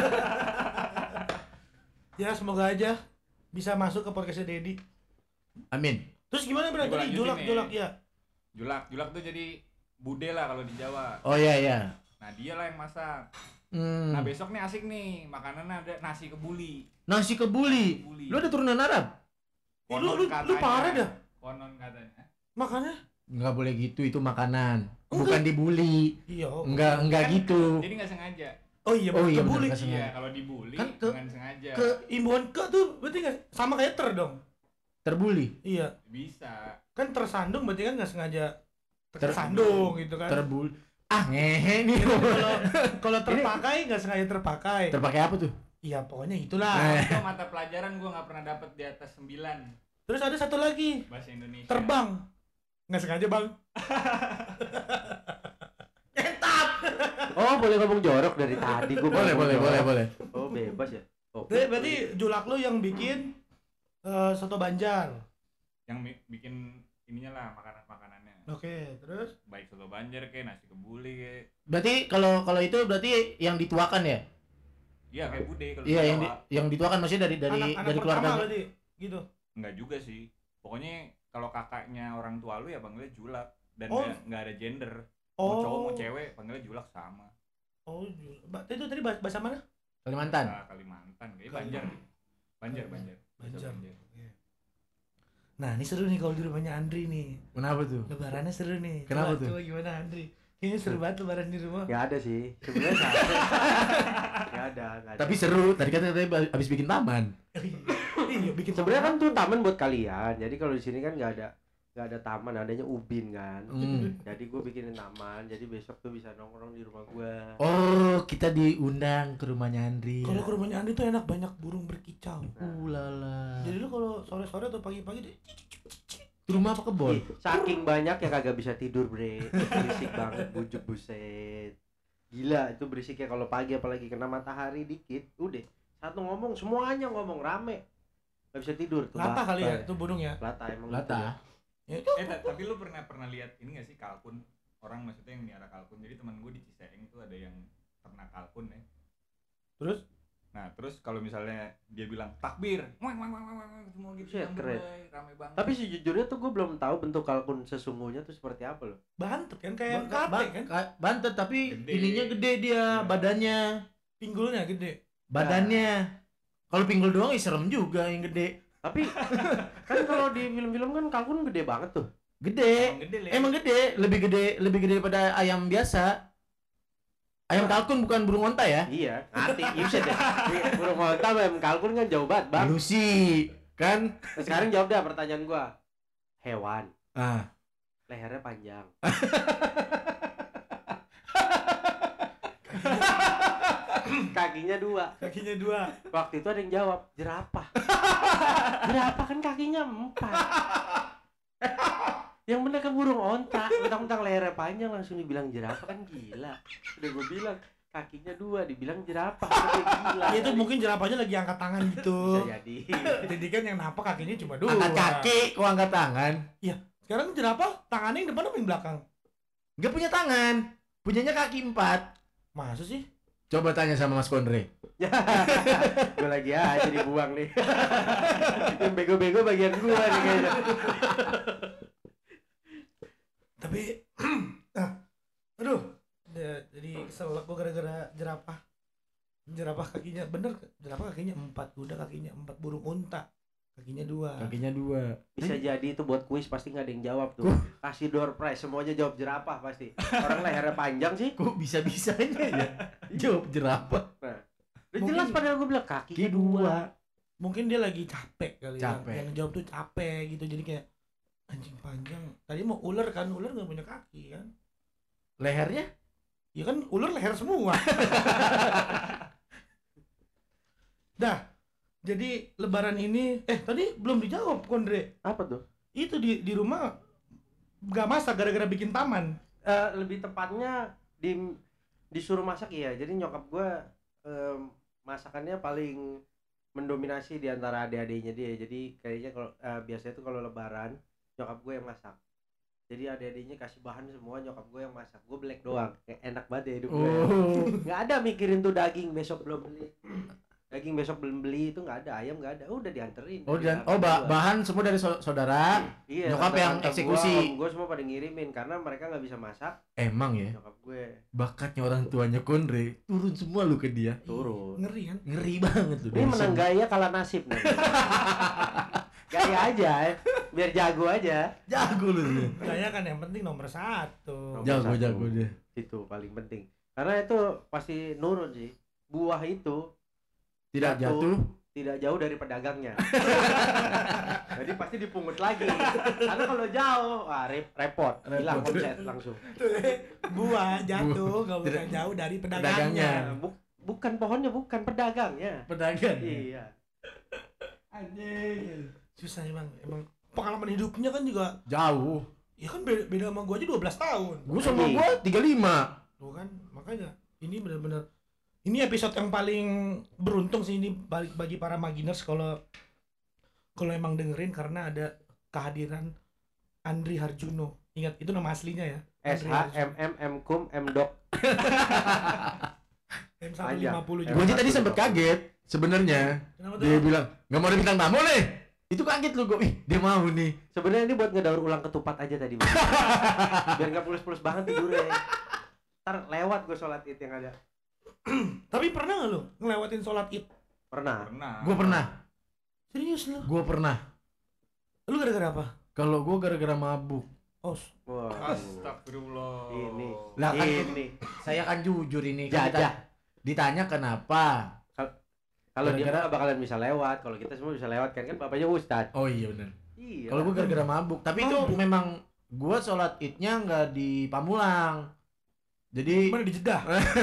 Ya semoga aja bisa masuk ke podcastnya Dedi. Amin. Terus gimana Bran? Ini gua Tadi lanjutin julak nih. ya. Julak tuh jadi bude lah kalau di Jawa. Oh iya. Nah dia lah yang masak. Hmm. Nah besok nih asik nih makanannya ada nasi kebuli. Nasi kebuli. Lu ada turunan Arab? Lu parah dah. Konon katanya. Makanya Nggak boleh gitu, itu makanan. Bukan dibully. iya. Enggak Kan- gitu. Jadi nggak sengaja. Oh iya, Oh iya, kebuli. bener, nggak sengaja. Iya kalau dibully Kan dengan sengaja. Ke imbuhan ke tuh berarti nggak sama kayak dong. Terbully. Iya. Bisa. Kan tersandung berarti kan nggak sengaja tersandung gitu kan. Terbully. Ah, ngehe nih. Kalau terpakai nggak sengaja terpakai. Terpakai apa tuh? Iya pokoknya itulah. Itu mata pelajaran gua nggak pernah dapet di atas 9 Terus ada satu lagi, bahasa Indonesia. terbang. Nggak sengaja bang. Entap. Oh, boleh ngomong jorok dari tadi gua. Boleh. ngomong jorok. Oh, bebas ya. Oh. Berarti julak lu yang bikin soto Banjar. Yang bikin ininya lah makanannya. Oke, terus Baik soto Banjar kayak nasi kebuli kayak. Berarti kalau itu berarti yang dituakan ya? Iya kayak bude kalau Iya, di yang Jawa. yang dituakan maksudnya dari anak dari pertama keluarga. berarti gitu. Enggak juga sih. Pokoknya kalau kakaknya orang tua lu ya panggilnya julak dan Oh. nggak ada gender. Mau Oh. cowok mau cewek panggilnya julak sama. Oh, itu tadi bahasa mana? Kalimantan. Bahasa Kalimantan kayak Banjar. Banjar. Bahasa Banjar. Banjar. Nah, ini seru nih kalau di rumahnya Andri nih. Kenapa tuh? Lebarannya seru nih. Kenapa tuh? Coba gimana Andri? Kayaknya seru banget lebaran di rumah. Gak ada sih. Sebenarnya nggak ada. Gak ada. Tapi seru. Tadi kan katanya habis bikin taman. Iya, bikin Sebenarnya kan tuh taman buat kalian. Jadi kalau di sini kan nggak ada taman, adanya ubin kan. Jadi gue bikinin taman. Jadi besok tuh bisa nongkrong di rumah gue. Oh, kita diundang ke rumahnya Andri. Kalau ke rumahnya Andri tuh enak, banyak burung berkicau. Ulala. Jadi lu kalau sore-sore atau pagi-pagi deh Di rumah apa kebon? Ih, saking banyak ya kagak bisa tidur bre. Berisik banget, bujuk buset. Gila itu berisiknya kalau pagi apalagi kena matahari dikit, udah satu ngomong semuanya ngomong rame. Gak bisa tidur tuh. latah kali ya Bata. itu burung ya. Lata emang. Lata. Tapi lu pernah lihat ini gak sih kalkun? Orang maksudnya yang miara kalkun. Jadi teman gue di Ciseeng tuh ada yang ternak kalkun ya. Terus Nah, terus kalau misalnya dia bilang takbir, wang semua gitu Shit, keren. rame banget. Tapi sejujurnya tuh gue belum tahu bentuk kalkun sesungguhnya tuh seperti apa loh. bantet kan kayak kate kan. Bantet tapi Gede. ininya gede dia, Iya. badannya. Pinggulnya gede. Badannya. Kalau pinggul doang serem juga yang gede. Tapi kan kalau di film-film kan kalkun gede banget tuh. Gede. Emang gede, lebih gede daripada ayam biasa. Ayam kalkun bukan burung onta ya? Iya, ngerti. Buset ya. Burung onta sama kalkun kan jauh banget, Bang. Lu sih kan? Nah, sekarang jawab dah pertanyaan gua. Hewan, Ah, lehernya panjang. Kakinya dua. Kakinya dua. Waktu itu ada yang jawab, jerapah. Jerapah kan kakinya 4. Yang bener kan burung onta, mentang-mentang lehernya panjang langsung dibilang jerapah kan gila. Udah gue bilang kakinya 2 dibilang jerapah, udah gila. Ya, itu mungkin jerapahnya lagi angkat tangan gitu. bisa jadi. Jadi kan yang nampak kakinya cuma dua. angkat kaki, kok angkat tangan? Sekarang jerapah tangannya yang depan apa yang belakang? Gak punya tangan, punyanya kaki 4. Masa sih? Coba tanya sama Mas Kondre. Gue lagi aja dibuang nih. Yang bego-bego bagian gua nih kayaknya. Tapi aduh, jadi kesel gua gara-gara jerapah kakinya bener, jerapah kakinya 4, kuda kakinya 4, burung unta kakinya 2. Kakinya 2. Bisa jadi itu buat kuis pasti nggak ada yang jawab tuh. Kasih door prize semuanya jawab jerapah pasti. Orang lehernya panjang sih. Kok bisa-bisanya ya? Jawab jerapah. Nah, udah Mungkin- jelas padahal gue bilang kakinya Kaki 2. Mungkin dia lagi capek kali. Capek. Yang jawab tuh capek gitu, jadi kayak anjing panjang. Tadi mau ular kan, ular nggak punya kaki kan? Lehernya? Ya kan ular leher semua. Dah, jadi lebaran ini tadi belum dijawab Kondre. Apa tuh? Itu di rumah gak masak gara-gara bikin taman. Lebih tepatnya disuruh masak ya. Jadi nyokap gue masakannya paling mendominasi di antara adik-adiknya dia. Jadi kayaknya kalau biasanya tuh kalau lebaran nyokap gue yang masak. Jadi adik-adiknya kasih bahan semua, nyokap gue yang masak. Gue black doang. Kayak enak banget ya hidup gue. Oh. Nggak ada mikirin tuh daging besok belum beli. Daging besok belum beli itu nggak ada, ayam nggak ada, udah dianterin. Oh, dan bahan semua dari saudara. Iya, nyokap yang eksekusi. Gue semua pada ngirimin karena mereka nggak bisa masak. Emang ya, Nyokap gue bakatnya orang tuanya Kondre turun semua lu ke dia. turun. Ngeri kan? Ngeri banget tuh. Ini menang gaya kalah nasib nih. Gaya aja, biar jago aja. Jago lu. Kayaknya kan yang penting nomor 1. Jago dia. Itu paling penting. Karena itu pasti nurun sih. Buah itu Tidak jatuh. tidak jauh dari pedagangnya. Jadi pasti dipungut lagi. Karena kalau jauh, wah repot. Hilang omset langsung. Buah jatuh gak usah Tidak- jauh dari pedagangnya. pedagangnya. Bukan pohonnya, bukan pedagangnya. Pedagang. Iya. Anjing. Susah emang pengalaman hidupnya kan juga Jauh. ya kan beda sama gua aja 12 tahun. Gua sama Anjing. gua 35. Tuh kan makanya ini benar-benar ini episode yang paling beruntung sih ini bagi para Maginers kalau emang dengerin karena ada kehadiran Andri Harjuno. Ingat itu nama aslinya ya. Andri Harjuno. SHMM Dok. M150 Gua juga. aja tadi sempet kaget sebenarnya. Kenapa Dia tuh? bilang, "Enggak mau ada bintang tamu nih." Itu kaget lu gua. Dia mau nih. Sebenarnya ini buat ngedaur ulang ketupat aja tadi. Biar nggak pulus-pulus banget tidurnya. Ntar lewat gue sholat id yang ada. Tapi pernah nggak lu ngelewatin sholat id? Pernah. Gua pernah. Serius lu? Gua pernah. Lu gara-gara apa? Kalau gua gara-gara mabuk. Oh, Wah. Astagfirullah. Ini. Lah kan Ini. saya kan jujur ini kan Jadah. ditanya kenapa. Kalau dia Gara-gara- nggak bakalan bisa lewat. Kalau kita semua bisa lewat kan bapaknya ustad. Oh iya benar. Iya. Kalau gua gara-gara mabuk, tapi itu memang gua sholat idnya nggak di Pamulang. Jadi mana di Jeddah?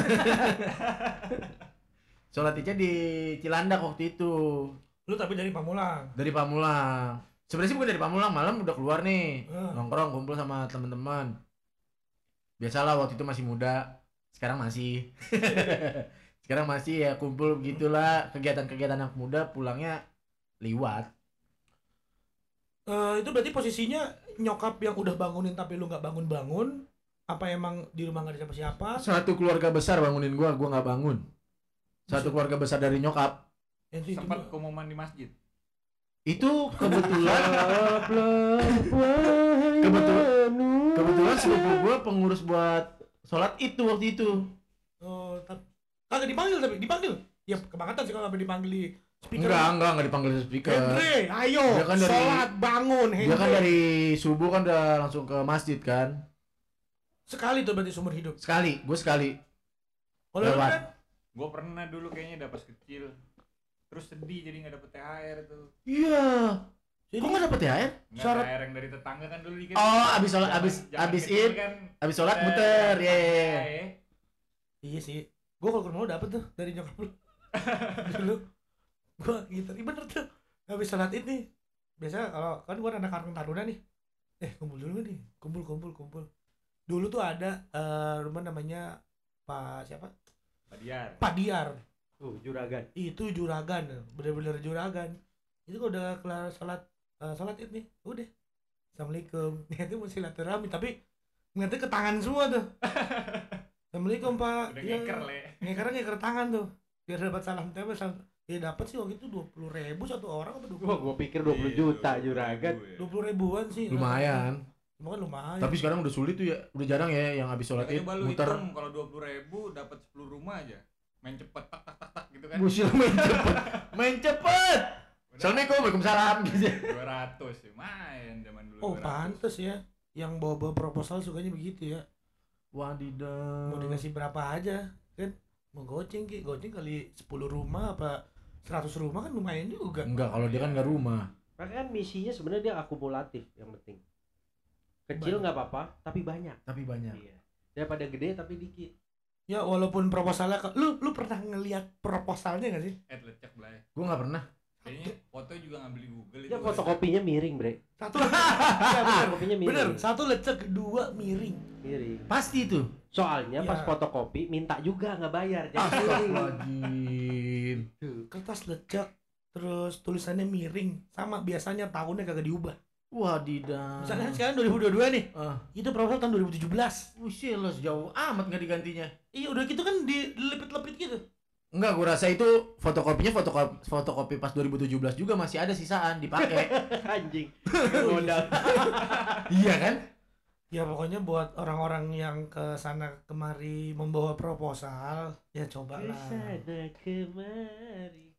sholat idnya di Cilandak waktu itu. Lu tapi dari Pamulang. Dari Pamulang. Sebenarnya sih bukan dari Pamulang, malam udah keluar nih. Hmm. Nongkrong kumpul sama teman-teman. Biasalah waktu itu masih muda. Sekarang masih. Sekarang masih ya kumpul begitulah, kegiatan-kegiatan anak muda, pulangnya liwat. Itu berarti posisinya nyokap yang udah bangunin tapi lu nggak bangun-bangun? Apa emang di rumah nggak ada siapa-siapa? Satu keluarga besar bangunin gua nggak bangun. Satu keluarga besar dari nyokap. Itu Sempat pengumuman di masjid. Itu kebetulan sepupu gua pengurus buat sholat itu waktu itu. Oh, kagak dipanggil tapi dipanggil. Ya kebangetan sih kalau nggak dipanggil di speaker. Enggak dipanggil speaker. Henry, ayo, Dia kan dari- sholat bangun, Henry. Dia kan dari subuh kan udah langsung ke masjid kan. Sekali tuh berarti seumur hidup. Gue sekali. Kalau lu Lewat. kan, Gue pernah dulu kayaknya pas kecil. Terus sedih jadi nggak dapet THR tuh. Iya. jadi Kok nggak dapet THR? Nggak Syarat- THR yang dari tetangga kan dulu dikit. Oh, abis sholat, Zaman- zaman abis kecil id, kan abis sholat ada muter, tetangga ya. ya. iya sih. Gua kalau ke rumah lu dapet tuh dari nyokap lu. Dulu gua gitu. Iya bener tuh. Habis sholat id nih. Biasa kalau kan gua anak Karang Taruna nih. Kumpul dulu nih. Kumpul. Dulu tuh ada rumah namanya Pak siapa? Pak Diar. Pak Diar. Juragan. Itu juragan, bener-bener juragan. Itu kalau udah kelar sholat id nih, udah. Assalamualaikum. Itu mau silaturahmi tapi ngeliatnya ke tangan semua tuh. Assalamualaikum Pak. Udah Iya. ngeker le. Ngeker tangan tuh. Biar dapat salam tempel. Ya dapat sih waktu itu 20.000 satu orang apa 20? Wah, gua pikir 20 juta juragan. 20.000-an sih. Lumayan. Cuma kan lumayan. Tapi sekarang udah sulit tuh ya. Udah jarang ya yang habis sholat id Coba lu muter. hitung kalau 20.000 dapat 10 rumah aja. Main cepet tak tak tak tak gitu kan. Busil main cepet. Main cepet. Assalamualaikum, waalaikumsalam gitu. 200 ya main zaman dulu. Oh 200. pantes ya. Yang bawa proposal sukanya begitu ya. Wadidaw. Mau dikasih berapa aja kan? Mau goceng kali 10 rumah apa 100 rumah kan lumayan juga. Enggak, kalau dia kan enggak rumah. Makanya kan misinya sebenarnya dia akumulatif yang penting. Kecil nggak apa-apa, tapi banyak. Tapi banyak. Iya. Daripada gede tapi dikit. Ya walaupun proposalnya lu pernah ngelihat proposalnya nggak sih? Lecek belai. Gua enggak pernah. Kayaknya foto juga ngambil di Google Ya itu. fotokopinya miring, Bre. Satu ya bener, Fotokopinya miring. bener. Satu lecek, kedua miring. Miring. Pasti itu. Soalnya Ya. pas fotokopi minta juga nggak bayar. Jadi miring. Astagfirullahaladzim. Kertas lecek, terus tulisannya miring, sama biasanya tahunnya kagak diubah. Wadidaw. Misalnya sekarang 2022 nih, Ah, itu proposal tahun 2017. usia lo sejauh amat nggak digantinya. Iya udah gitu kan dilepit-lepit gitu. Enggak, gua rasa itu fotokopinya fotokopi pas 2017 juga masih ada sisaan dipakai. Anjing. Modal. Iya kan? Ya pokoknya buat orang-orang yang ke sana kemari membawa proposal, ya cobalah. Kesana kemari.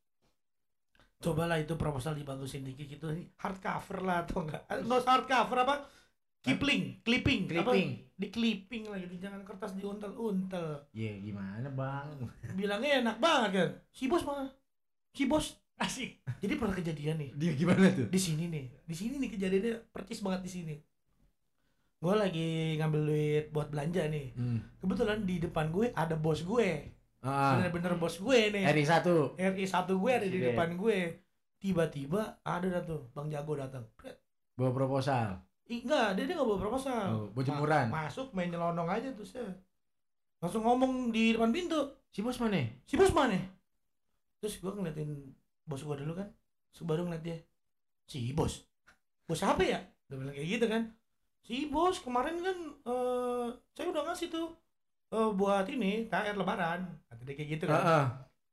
Cobalah itu proposal dibagusin dikit gitu, hardcover lah atau enggak usah hardcover apa, clipping apa? Di clipping lah gitu, jangan kertas diuntel-untel. Ya gimana bang? Bilangnya enak banget kan, si bos mana, si bos Asik. jadi pernah kejadian nih Dia gimana tuh? di sini nih kejadiannya percis banget di sini. Gue lagi ngambil duit buat belanja nih, kebetulan di depan gue ada bos gue, bener-bener bos gue nih. RI1. RI1 gue ada di Presiden. depan gue. Tiba-tiba ada dah tuh Bang Jago datang. Bawa proposal. Enggak, dia nggak bawa proposal. Oh, bawa jemuran. Masuk main nyelonong aja tuh saya. Langsung ngomong di depan pintu. Si bos mana? Si bos mana? Terus gue ngeliatin bos gue dulu kan. Terus baru ngeliat dia. Si bos. Bos apa ya? Dia bilang kayak gitu kan. Si bos kemarin kan saya udah ngasih tuh buat ini THR lebaran. Kata dia kayak gitu kan. Heeh.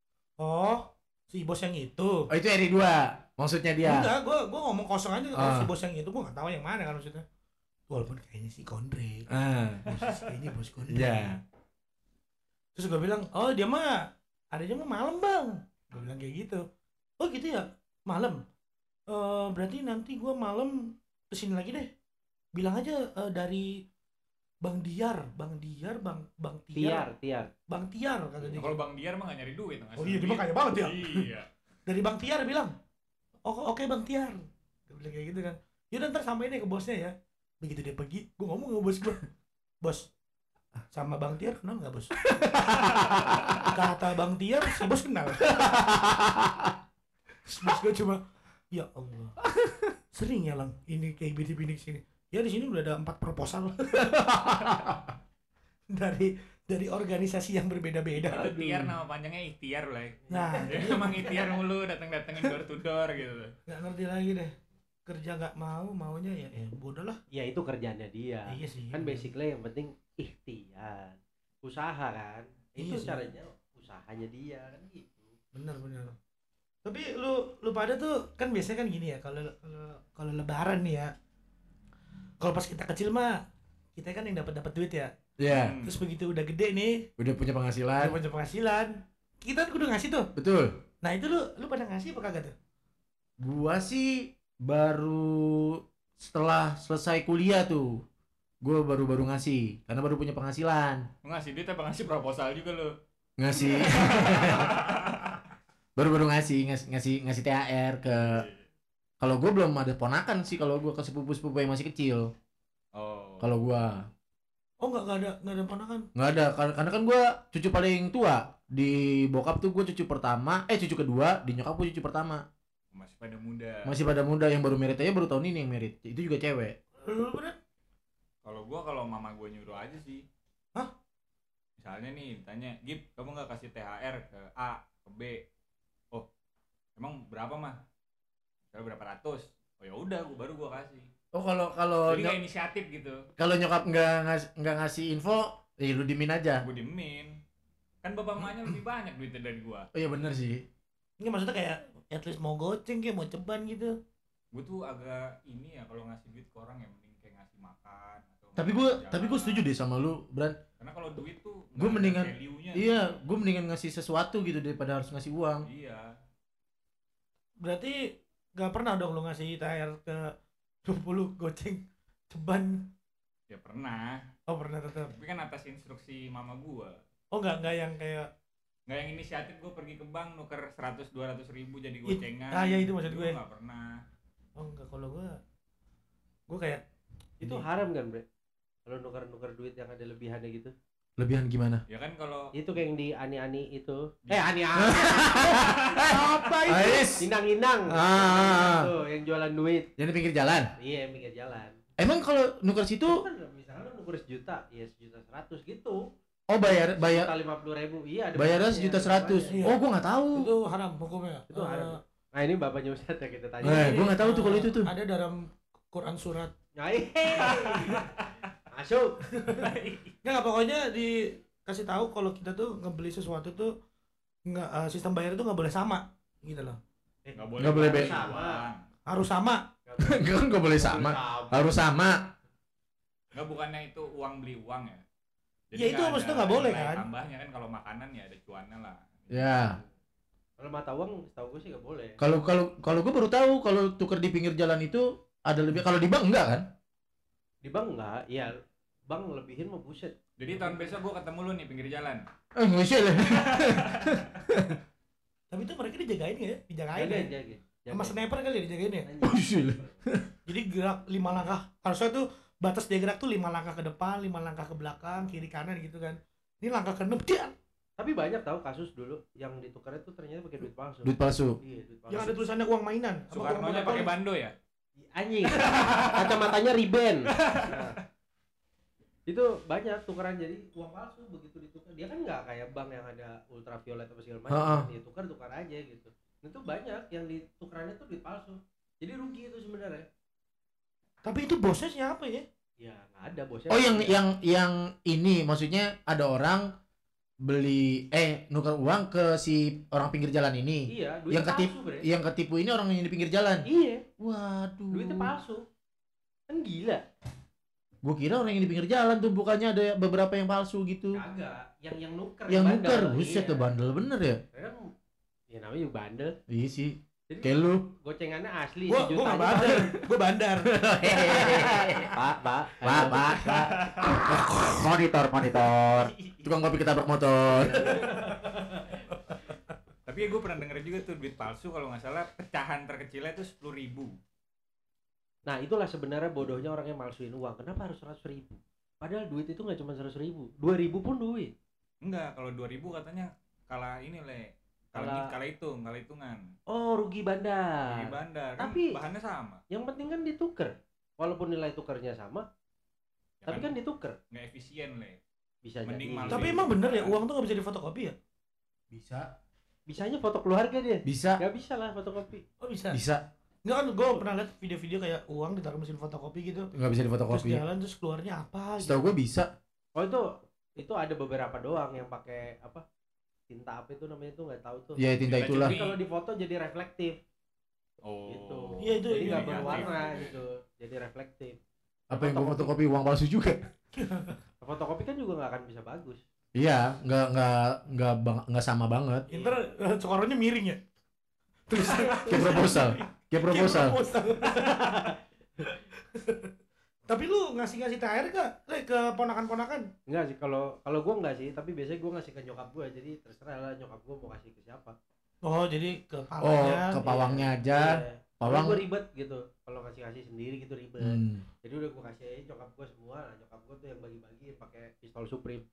Oh, si bos yang itu. Oh, itu RI2 maksudnya dia. Enggak, gua ngomong kosong aja. Ah. Si bos yang itu gua nggak tahu yang mana kan maksudnya. Walaupun kayaknya si Kondre. Ah. Kayaknya bos Kondre. Iya. Terus gua bilang, "Oh, dia mah adanya mah malam, Bang." Gua bilang kayak gitu. "Oh, gitu ya? Malam. Berarti nanti gua malam kesini lagi deh. Bilang aja dari Bang Tiar, Bang Tiar. Tiar. Bang Tiar kata dia. Kalau Bang Diar mah gak nyari duit. Oh iya, dia mah kaya banget ya. Iya. Dari Bang Tiar bilang, oh, oke Bang Tiar. Dia bilang kayak gitu kan. Yaudah ntar sampein deh ke bosnya ya. Begitu dia pergi, gue ngomong ke bos gue, bos, sama Bang Tiar kenal nggak bos? Kata Bang Tiar, si bos kenal. Terus bos gue cuma, ya Allah, sering ya Lang, ini kayak bini-bini sini. Ya di sini udah ada 4 proposal dari organisasi yang berbeda-beda. Itu Tiar nama panjangnya Ikhtiar lah. Nah, Dia emang Ikhtiar mulu dateng-datengin door to door gitu. nggak ngerti lagi deh. Kerja nggak maunya ya bodoh lah. Ya itu kerjanya dia. Iya sih. Kan basically yang penting ikhtiar. Usaha kan. Itu Iya sih. caranya usahanya dia kan gitu. Bener. Tapi lu pada tuh kan biasanya kan gini ya, kalau lebaran nih ya. Kalau pas kita kecil mah kita kan yang dapat duit ya. Iya. Terus begitu udah gede nih, Udah punya penghasilan. udah punya penghasilan, kita kan udah ngasih tuh. Betul. Nah itu lu pada ngasih apa kagak tuh? Gua sih baru setelah selesai kuliah tuh. Gua baru ngasih karena baru punya penghasilan. Lu ngasih duit apa ngasih proposal juga lu? Ngasih. baru ngasih THR ke, kalau gue belum ada ponakan sih, kalau gue ke sepupu yang masih kecil. Oh. Kalau gue Oh nggak ada ponakan. nggak ada, karena kan gue cucu paling tua di bokap tuh. Gue cucu kedua, di nyokap gue cucu pertama. Masih pada muda. Masih pada muda, yang baru merit aja baru tahun ini yang merit, itu juga cewek. Lu pada? Kalau mama gua nyuruh aja sih. Hah? Misalnya nih ditanya, "Gip, kamu nggak kasih THR ke A, ke B?" "Oh, emang berapa mah?" "Misalnya berapa ratus." "Oh ya udah, baru gua kasih." Oh kalau Jadi kayak inisiatif gitu. kalau nyokap nggak ngasih info, lu dimin aja. Gua diemin. Kan bapak emaknya lebih banyak duitnya dari gua. Oh iya bener sih. Nggak, maksudnya kayak at least mau goceng kayak mau ceban gitu. Gue tuh agak ini ya kalau ngasih duit ke orang ya mending kayak ngasih makan atau Tapi ngasih gue jalan. setuju deh sama lu, Bran. Karena kalau duit tuh Gue nggak ada mendingan value-nya. iya, gue mendingan ngasih sesuatu gitu daripada harus ngasih uang. Iya. Berarti nggak pernah dong lu ngasih THR ke 20 goceng ceban. Ya pernah. Oh pernah tetap. Tapi kan atas instruksi mama gua. Oh nggak yang kayak Nggak yang inisiatif gue pergi ke bank nuker 100-200 ribu jadi gocengan. ya itu maksud gue. Nggak pernah. oh enggak, kalau gue kayak Itu ini. haram kan, Bre? Kalau nuker-nuker duit yang ada lebihannya gitu. Lebihan gimana? Ya kan kalau Itu kayak yang di ani-ani itu. Di- Ani-ani. Apa itu? Ais. Inang-inang. Ah. Tuh, yang jualan duit. Yang di pinggir jalan. Iya, yang pinggir jalan. Emang kalau nuker situ, Itu kan misalnya lu nuker sejuta, ya 1.100.000 gitu. oh bayar 1.050.000. Iya, ada bayarnya bunganya, 1.100.000. Iya. Oh, gue nggak tahu. Itu haram hukumnya. Itu haram. Nah, ini bapaknya Ustaz ya kita tanya. Gue nggak tahu tuh kalau itu tuh. Ada dalam Quran surat. Masuk. Nggak, pokoknya dikasih tahu kalau kita tuh ngebeli sesuatu tuh nggak sistem bayar itu nggak boleh sama gitu loh. nggak boleh Nggak boleh bayar sama. uang. Harus sama. Kan nggak boleh sama. Harus sama. Nggak, bukannya itu uang beli uang ya. Ya, itu nggak maksudnya ada nggak boleh nilai kan? Tambahnya kan kalau makanan ya ada cuannya lah. Ya. Kalau mata uang, setahu gue sih nggak boleh. Kalau gue baru tahu kalau tuker di pinggir jalan itu ada lebih. Kalau di bank enggak kan? Di bank enggak, iya. Bank lebihin mah buset. Jadi tahun besok gua ketemu lu nih pinggir jalan. Nggak sih lah. Tapi itu mereka dijagain nggak ya? Dijagain ya? Jaga. Sama sniper kali ya dijagain ya? Oh, sih lah. Jadi gerak 5 langkah. Harusnya tuh batas dia gerak tuh 5 langkah ke depan, 5 langkah ke belakang, kiri kanan gitu kan. Ini langkah ke 6 dia. Tapi banyak tahu kasus dulu yang ditukarnya tuh ternyata pakai duit palsu. Duit palsu. Iya, duit palsu. Yang ada tulisannya uang mainan. sama uang Soekarno-nya monopoli. pakai bando ya? Anjing. Kacamatanya Ray-Ban. Nah, itu banyak tukeran jadi uang palsu begitu ditukar. Dia kan nggak kayak bank yang ada ultraviolet apa segala macam. Ha-ha. Dia tukar aja gitu. Itu banyak yang ditukerannya tuh duit palsu. Jadi rugi itu sebenarnya. Tapi itu bosnya siapa ya? Ya nggak ada bosnya. Oh, yang ini maksudnya ada orang beli nuker uang ke si orang pinggir jalan ini. Iya, duit Yang palsu, Bre. Yang ketipu ini orang yang di pinggir jalan. Iya, Waduh. duitnya palsu. Kan gila. Gue kira orang yang di pinggir jalan tuh bukannya ada beberapa yang palsu gitu. Kagak, yang nuker. Yang bandel. nuker, buset Iya. tuh bandel bener ya. Kan ya namanya juga bandel. Iya sih. Jadi Kayak lu. gocengannya asli Gua nggak bandar, gua bandar. Pak. Pak. Monitor. Tukang kopi ketabrak motor. Tapi ya gue pernah denger juga tuh duit palsu kalau nggak salah pecahan terkecilnya tuh 10.000. Nah itulah sebenarnya bodohnya orang yang malsuin uang. Kenapa harus 100.000? Padahal duit itu nggak cuma 100.000, 2.000 pun duit. Enggak, kalau 2.000 katanya kalah ini le. Kalah hitungan. Oh rugi bandar. Di bandar. Kan Tapi- bahannya sama. Yang penting kan dituker. Walaupun nilai tukernya sama, Ya tapi kan dituker. nggak efisien le. Bisa Mending jadi. malsu. Tapi emang bener ya uang tuh nggak bisa difotokopi ya? Bisa. Bisanya foto keluarga dia. Bisa. Gak bisa lah fotokopi. Oh bisa. Bisa. Enggak kan gue pernah lihat video-video kayak uang ditaruh mesin fotokopi gitu. Nggak bisa Terus difotokopi. jalan terus keluarnya apa gitu. Setahu gue bisa. Oh itu ada beberapa doang yang pakai apa? Tinta apa itu namanya tuh nggak tahu tuh. Ya tinta Tinta itulah. Tapi kalau difoto jadi reflektif Oh. gitu. Iya, itu Jadi nggak iya, berwarna gitu. Jadi reflektif. Apa yang gue fotokopi uang palsu juga? Fotokopi kan juga nggak akan bisa bagus. Iya, nggak sama banget. Ntar skoronya miring ya. Terus Kayak proposal. Kayak proposal. Tapi lu ngasih THR gak? Ke ponakan-ponakan? Enggak sih kalau gua enggak sih, tapi biasanya gua ngasih ke nyokap gua. Jadi terserah lah nyokap gua mau kasih ke siapa. Oh jadi ke Oh, pawangnya. ke pawangnya aja. Iya. Pawang. Kalau gua ribet gitu. Kalau ngasih sendiri gitu ribet. Jadi udah gua kasih aja nyokap gua semua. Nah, nyokap gua tuh yang bagi-bagi pakai pistol Supreme.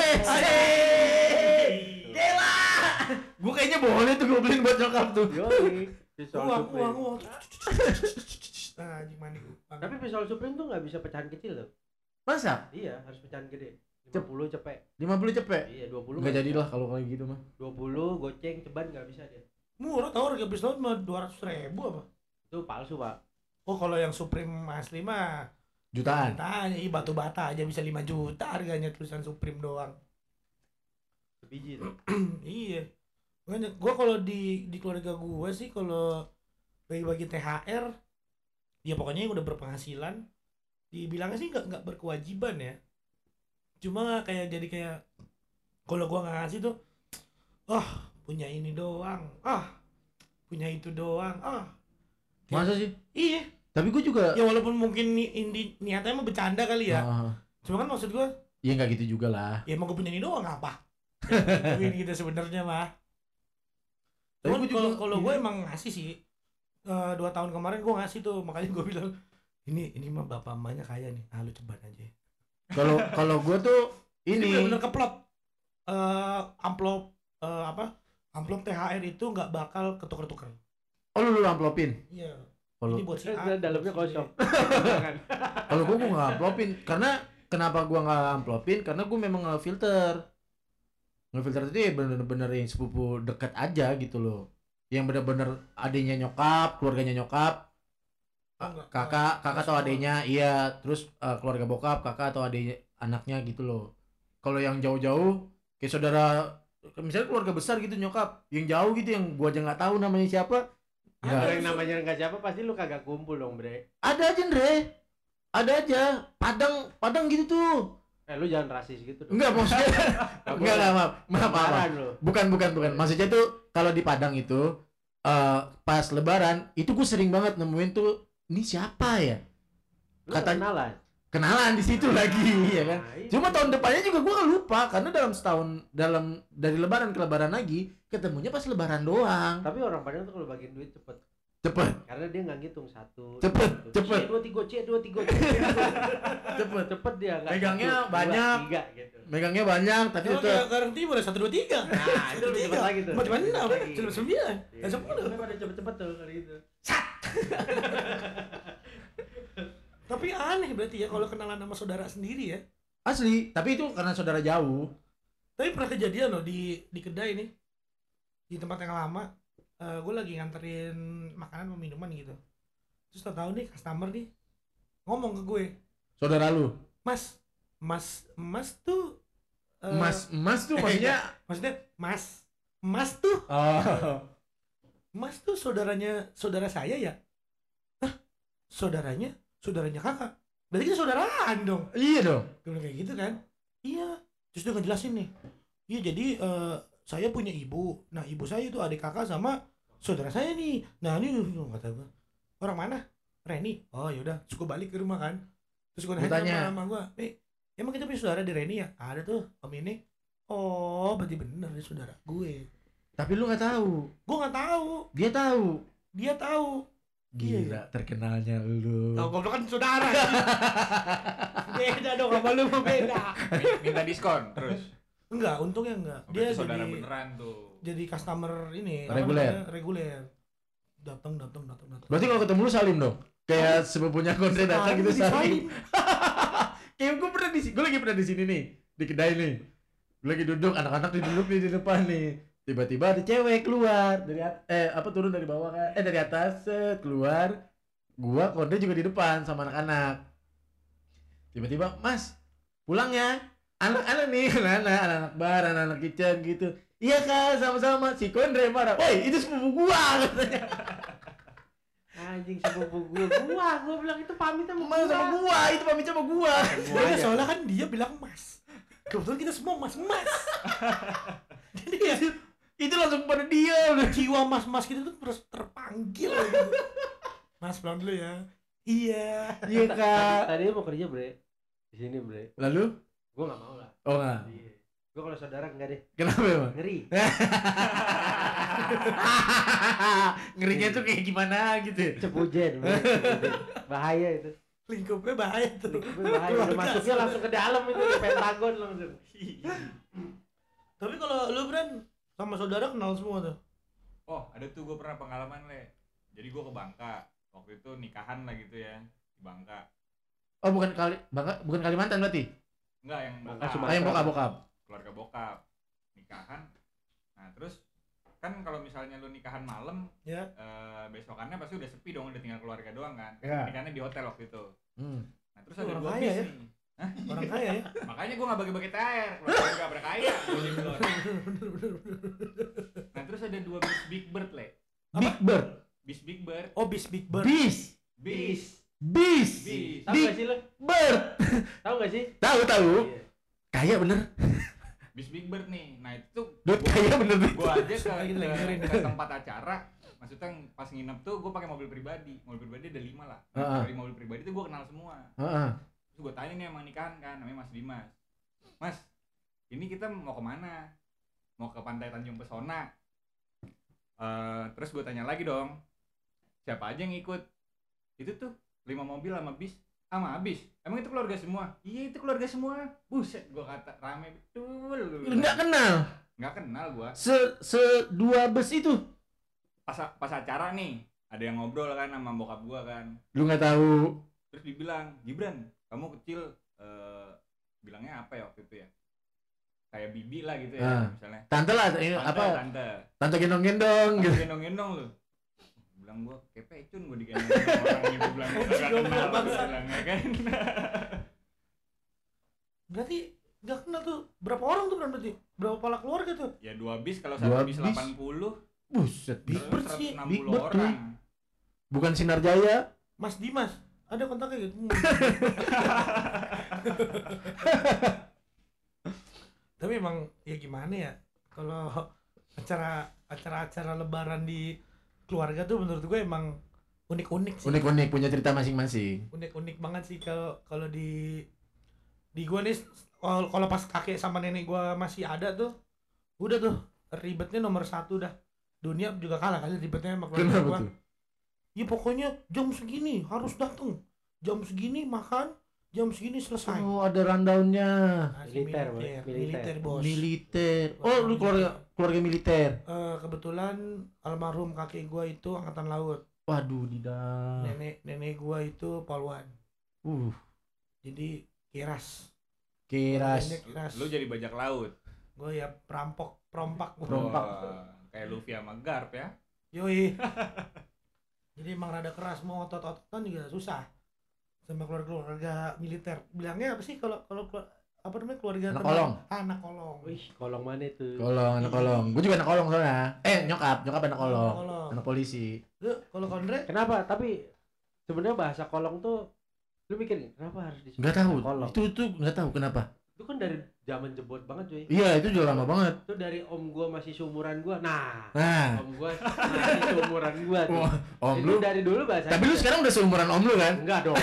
Gila. Gue kayaknya boleh tuh gue beliin buat nyokap tuh. Yoi, pistol Uang. Supreme. Nah, anjing mandi. Tapi pistol Supreme tuh nggak bisa pecahan kecil tuh. Masa? Iya, harus pecahan gede. 50 cepet. 50 cepet? Iya, 20 Nggak jadi lah kalau kayak gitu mah. 20 goceng ceban nggak bisa dia. Murah tau harga pistol mah 200.000 apa? Itu palsu, Pak. Oh kalau yang Supreme asli mah Jutaan. tanya, batu bata aja bisa 5 juta harganya tulisan Supreme doang. Sebiji tuh. Iya. Makanya gue kalau di keluarga gue sih kalau bagi-bagi THR, ya pokoknya yang udah berpenghasilan, dibilangnya sih nggak berkewajiban ya. Cuma kayak jadi kayak kalau gue nggak ngasih tuh, punya ini doang, punya itu doang, Masa sih? iya. Tapi gue juga Ya walaupun mungkin niatnya mah bercanda kali ya. Ah, Cuma kan maksud gue, ya nggak gitu juga lah. ya emang gue punya ini doang apa? Ini gitu sebenarnya mah. Tapi Cuman gua juga kalau gue emang ngasih sih. 2 tahun kemarin gue ngasih tuh, makanya gue bilang ini mah bapak emaknya kaya nih, lu ceban aja. Kalau gue tuh Ini ini bener-bener keplot. Amplop amplop THR itu nggak bakal ketuker-tuker. oh lu amplopin. Iya. Kalau Ini buat si A, dalamnya buat si B. kosong. kalau gue nggak amplopin karena kenapa gue nggak amplopin karena gue memang ngefilter itu ya bener-bener yang sepupu dekat aja gitu loh, yang bener-bener adiknya nyokap, keluarganya nyokap, Oh, enggak. kakak atau semua. adiknya, iya, terus keluarga bokap, kakak atau adik anaknya gitu loh. Kalau yang jauh-jauh kayak saudara, misalnya keluarga besar gitu nyokap, yang jauh gitu yang gua aja nggak tahu namanya siapa, Kalau nggak yang namanya nggak siapa pasti lu kagak kumpul dong, Bre. ada aja Andre, ada aja Padang gitu tuh. Lu jangan rasis gitu dong. Enggak maksudnya enggak maaf. Kemarin lu. Bukan. Maksudnya tuh kalau di Padang itu pas Lebaran itu gue sering banget nemuin tuh ini siapa ya? Lu Katanya- kenalan. Kenalan di situ lagi ya kan. Nah, itu. Cuma tahun depannya juga gue gak lupa karena dalam setahun dari Lebaran ke Lebaran lagi ketemunya pas Lebaran doang. Tapi orang Padang tuh kalau bagiin duit cepet. Cepet. Karena dia nggak ngitung satu. Cepet. Cepet dia. Nggak Megangnya 1, 2, banyak. 3 gitu. Megangnya banyak tapi Kalau itu kayak Karang Timur 1 2 3. Nah, itu lebih cepet lagi tuh. Cuma 6, Lagi. cuma 9, dan 10. Iya, pada cepet-cepet tuh kali itu. Tapi aneh berarti ya kalau kenalan sama saudara sendiri ya. asli, tapi itu karena saudara jauh. Tapi pernah kejadian loh di kedai nih, di tempat yang lama. Gue lagi nganterin makanan sama minuman gitu. Terus tahu nih customer nih ngomong ke gue, Saudara lu. Mas tuh Mas tuh maksudnya maksudnya Mas tuh oh. Mas tuh saudara saya ya? Hah? Saudaranya kakak. Berarti kita saudaraan dong. Iya dong. Gue bilang kayak gitu kan. Iya. Terus dia ngejelasin nih. Iya jadi saya punya ibu. Nah ibu saya itu adik kakak sama saudara saya nih. Nah ini kata gue, orang mana? Reni. Oh yaudah. Terus gue balik ke rumah kan. Terus gue Gua tanya. nanya sama gue, emang kita punya saudara di Reni ya? Ada tuh om ini. Oh berarti bener dia saudara gue. Tapi lu nggak tahu. Gue nggak tahu. Dia tahu. Dia tahu. Gila terkenalnya lu. Oh, goblok kan saudara. Beda dong sama lu mah beda. Minta diskon terus. Enggak, untungnya enggak. Oh, Dia berarti saudara jadi beneran tuh. jadi customer ini Reguler. reguler. Datang. Berarti kalau ketemu lu salim dong. Kayak sepupunya Konde datang gitu salim. Kayak gue lagi pernah di sini nih, di kedai nih. Gue lagi duduk, anak-anak duduk nih di depan nih. Tiba-tiba ada cewek keluar dari turun dari bawah kan. Dari atas keluar. Gua Konde juga di depan sama anak-anak. Tiba-tiba, "Mas, pulang ya." Anak-anak nih, anak-anak bar, anak-anak kitchen gitu. "Iya Kak, sama-sama." Si Konde marah. "Woi, itu sepupu gua," katanya. Anjing sepupu gua bilang itu pamit sama Sama sama gua, itu pamit sama gua. Beda soalnya kan dia bilang mas. Kebetulan kita semua mas. Jadi ya Itu langsung pada diam. jiwa mas kita tuh terus terpanggil gitu. Mas pulang dulu ya. Iya. Iya Kak. Tadinya mau kerja, Bre. Di sini, Bre. Lalu? Gua enggak mau lah. Oh enggak. Iya. Gua kalau saudara enggak deh. Kenapa emang? Ngeri. Ngerinya tuh kayak gimana gitu ya? Cepujen, Bre. Cepujen. Bahaya itu. Lingkupnya bahaya tuh. Bahaya. Udah masuknya langsung ke dalam itu ke Pentagon langsung. Tapi kalau lu Bran sama saudara kenal semua tuh. Oh, ada tuh gue pernah pengalaman, Le. Jadi gue ke Bangka. Waktu itu nikahan lah gitu ya, di Bangka. Oh bukan Kalimantan berarti? Enggak, yang Bangka, bokap. Sumatera. Yang bokap. Keluarga bokap. Nikahan. Nah, terus kan kalau misalnya lu nikahan malam, Ya. besokannya pasti udah sepi dong, udah tinggal keluarga doang kan. Iya. Nikahannya di hotel waktu itu. Hmm. Nah, terus Oh, ada orang 2 kaya bis ya. nih. Orang kaya ya. Makanya gue nggak bagi-bagi THR, keluarga gue nggak pernah kaya. Gua dibilang. Nah terus ada 2 bis Big Bird le. Big Bird. Bis Big Bird. Oh, bis Big Bird. Bis. Bis. Bis. Bis. Tahu Big gak sih lo? Bird. Tahu gak sih? Tahu. Iya. Kaya bener. Bis Big Bird nih. Nah itu Duit kaya bener. gue aja Lagi dengerin. ke tempat acara. Maksudnya pas nginep tuh gue pakai mobil pribadi. Mobil pribadi ada 5 lah. Heeh. Dari mobil pribadi tuh gue kenal semua. Heeh. Terus gue tanya nih emang nikahan kan, namanya Mas Dimas. Mas, ini kita mau kemana? Mau ke Pantai Tanjung Pesona. Terus gue tanya lagi dong, siapa aja yang ikut? Itu tuh 5 mobil sama bis. Bis. Emang itu keluarga semua? Iya itu keluarga semua. Buset, gue kata rame betul. Enggak kenal. Nggak kenal gue. Dua bus itu. Pas acara nih, ada yang ngobrol kan sama bokap gue kan. Lu nggak tahu. Terus dibilang, Gibran, kamu kecil bilangnya apa ya waktu itu ya? Kayak bibi lah gitu ya, misalnya. Tante lah, ini Tante, apa? Tante. Tante gendong-gendong Tante gitu. gendong-gendong lu. Bilang gua kayak pecun gua digendong orang gitu bilang gua kagak kenal Bangsa. bilang ya kan. Berarti nggak kenal tuh. Berapa orang tuh berarti? Berapa kepala keluarga tuh? Ya 2 bis kalau 2 1 bis bis. 80, Buset, Big terus Bird sih, 160 Big Bird, orang. bukan Sinar Jaya. Mas Dimas. Ada kontaknya gitu. Tapi emang ya gimana ya? Kalau acara-acara lebaran di keluarga tuh menurut gue emang unik-unik sih. Unik-unik punya cerita masing-masing. Unik-unik banget sih kalau di gua nih kalau pas kakek sama nenek gua masih ada tuh udah tuh ribetnya nomor 1 dah. Dunia juga kalah kali ribetnya sama keluarga Kenapa gua. tuh? Ya pokoknya jam segini harus datang. Jam segini makan, jam segini selesai. Oh, ada rundown-nya. Masih militer, bos. Militer. Oh, lu keluarga militer. Kebetulan almarhum kakek gua itu angkatan laut. Waduh, Dida. Nenek gua itu polwan. Jadi kiras. Neneknya kiras. Lu jadi bajak laut. Gua ya perompak. Wah, kayak Luffy sama Garp ya. Yoi. Jadi emang rada keras, mau otot-ototan juga susah sama keluarga militer. Bilangnya apa sih kalau apa namanya keluarga Anak teman- kolong. Anak kolong. Wih, kolong mana itu? Anak kolong. Gue juga anak kolong soalnya. Nyokap anak kolong. Anak kolong. Anak polisi. Lu kalau Kondre Kenapa? Tapi sebenarnya bahasa kolong tuh lu mikir kenapa harus disebut Enggak tahu. kolong? Itu enggak tahu kenapa. Itu kan dari zaman jebot banget cuy. Iya, itu udah lama banget. Itu dari om gua masih seumuran gua. Nah, Nah, om gua masih seumuran gua tuh. om Itu lu. dari dulu bahasa. Tapi lu sekarang udah seumuran om lu kan? Enggak dong.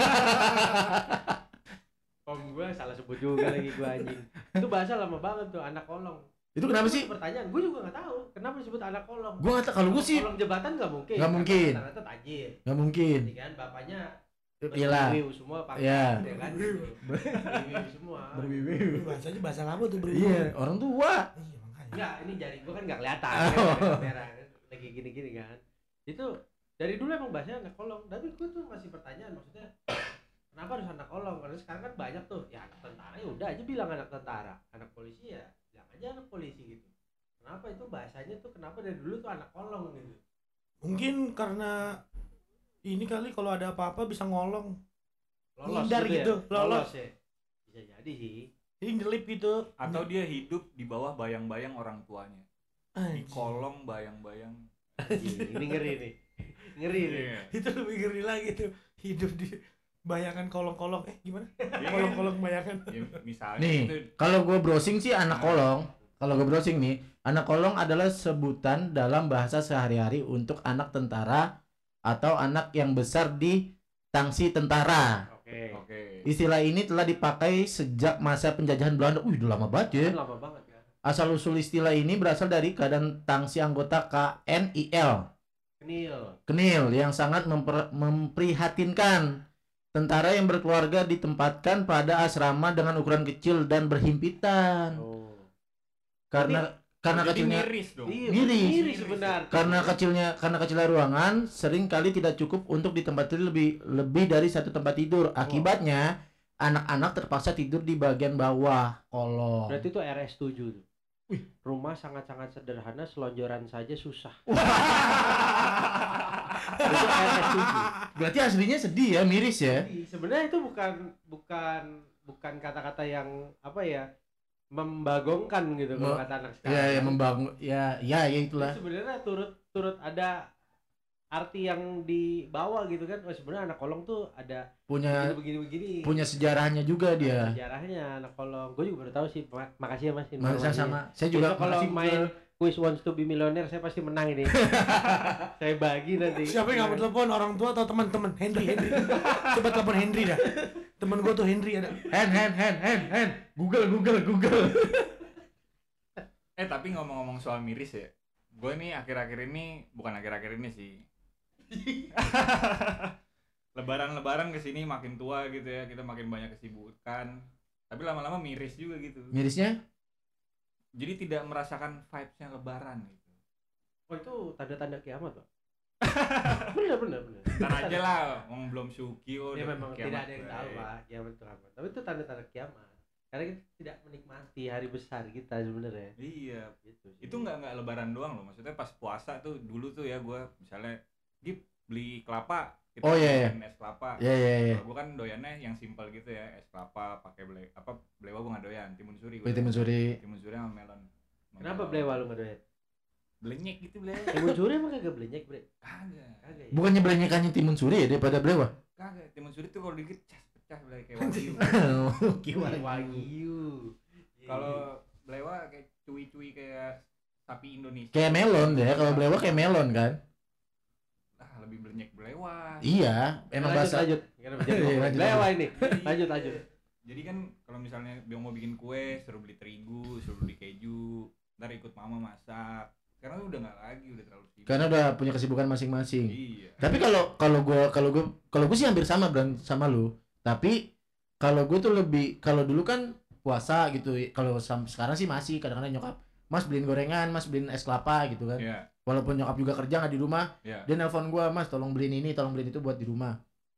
Om gua salah sebut juga lagi gua anjing. Itu bahasa lama banget tuh anak kolong. Itu kenapa sih? Pertanyaan, gue juga nggak tahu kenapa disebut anak kolong. Gua enggak tahu, kalau gua sih Kolong jembatan nggak mungkin. Nggak mungkin. Ternyata tajir. enggak mungkin. Jadi kan bapaknya Iyalah. berwiwiw semua pangkat, Iya. ya kan. Berwiwiw semua. bahasanya bahasa lama tuh bro. Iya, orang tua. Iya makanya. Enggak, ini jari gua kan nggak kelihatan Oh. kan, dari kamera lagi gini-gini kan. Itu dari dulu emang bahasanya anak kolong. Tapi gue tuh masih pertanyaan maksudnya kenapa harus anak kolong? Karena sekarang kan banyak tuh ya anak tentara ya udah aja bilang anak tentara, anak polisi ya bilang aja anak polisi gitu. Kenapa itu bahasanya tuh kenapa dari dulu tuh anak kolong gitu? Mungkin karena ini kali kalau ada apa-apa bisa ngolong. Lolos Ngindar gitu, ya? lolos. ya. Bisa jadi sih. Jadi nyelip gitu. Atau dia hidup di bawah bayang-bayang orang tuanya. Di Anjing. kolong bayang-bayang. Ini ngeri nih. Ngeri nih. Iya. Itu lebih ngeri lagi tuh. Hidup di bayangan kolong-kolong. Gimana? Iya. Kolong-kolong bayangan. Ya, misalnya Nih, itu kalau gue browsing sih anak kolong. Kalau gue browsing nih, anak kolong adalah sebutan dalam bahasa sehari-hari untuk anak tentara atau anak yang besar di tangsi tentara. Oke. oke. Istilah ini telah dipakai sejak masa penjajahan Belanda. Udah lama banget ya. Kan lama banget kan. Asal-usul istilah ini berasal dari keadaan tangsi anggota KNIL, Kenil, yang sangat memprihatinkan. Tentara yang berkeluarga ditempatkan pada asrama dengan ukuran kecil dan berhimpitan. Oh. Karena Jadi kecilnya miris dong. Iya, Miris. miris sebenarnya. karena kecilnya ruangan sering kali tidak cukup untuk ditempati lebih dari satu tempat tidur. Akibatnya anak-anak terpaksa tidur di bagian bawah kolong. Berarti itu RS7 tuh. Rumah sangat-sangat sederhana, selonjoran saja susah. Itu RS7. Berarti aslinya sedih ya, miris ya. Sebenarnya itu bukan bukan kata-kata yang apa ya, membagongkan gitu kalau kata anak sekarang. Iya, membangun. Ya itulah. Jadi sebenarnya turut ada arti yang dibawa gitu kan. Oh, sebenarnya anak kolong tuh ada Punya begini. punya sejarahnya juga dia. Sejarahnya anak kolong. Gue juga baru tahu sih. Makasih ya Mas. Masa informasinya. sama. Saya juga Besok kalau makasih main juga. Quiz Wants to be Millionaire saya pasti menang ini. Saya bagi nanti. Siapa yang nggak mau telepon, orang tua atau teman-teman? Henry. Coba telepon Henry dah. Temen gua tuh Henry ada. Hand. Google. Tapi ngomong-ngomong soal miris ya, gue nih akhir-akhir ini, bukan akhir-akhir ini sih, lebaran kesini makin tua gitu ya, kita makin banyak kesibukan, tapi lama-lama miris juga gitu. Mirisnya? Jadi tidak merasakan vibes-nya lebaran gitu. Oh itu tanda-tanda kiamat Pak. bener. Ntar aja lah, ngomong belum suki oh, Ya udah memang kiamat tidak ada yang tahu gue. Pak kiamat itu apa. Tapi itu tanda-tanda kiamat. Karena kita tidak menikmati hari besar kita sebenarnya. Iya, Gitu sih. itu nggak lebaran doang loh, maksudnya pas puasa tuh dulu tuh ya gue misalnya beli kelapa, kita Oh, iya. bikin es kelapa. Iya. Kalau gue kan doyannya yang simpel gitu ya, es kelapa pakai blewa gue nggak doyan, timun suri gue. Timun suri. Timun suri sama melon. Kenapa blewa lu nggak doyan? Blenyek gitu blewa. Timun suri emang kagak blenyek bre. Kagak. Kagak ya. Bukannya belenyekannya timun suri ya daripada blewa? Kagak. Timun suri tuh kalau dikit pecah blewa kayak wagyu. Wagyu. Kalau blewa kayak cuy-cuy kayak sapi Indonesia. Kayak melon deh, kalau blewa kayak melon kan? Lebih blenyek blewa. Iya, emang bahasa. lanjut. Iya, lanjut. Blewa ini. Lanjut. Jadi kan kalau misalnya dia mau bikin kue, suruh beli terigu, suruh beli keju, ntar ikut mama masak. Sekarang udah nggak lagi, udah terlalu sibuk. Karena udah punya kesibukan masing-masing. Iya. Tapi kalau gue sih hampir sama Bran sama lu. Tapi kalau gue tuh lebih, kalau dulu kan puasa gitu. Kalau sekarang sih masih kadang-kadang nyokap, Mas beliin gorengan, Mas beliin es kelapa gitu kan. Iya. Walaupun nyokap juga kerja nggak di rumah, Iya. dia nelpon gue, Mas tolong beliin ini, tolong beliin itu buat di rumah.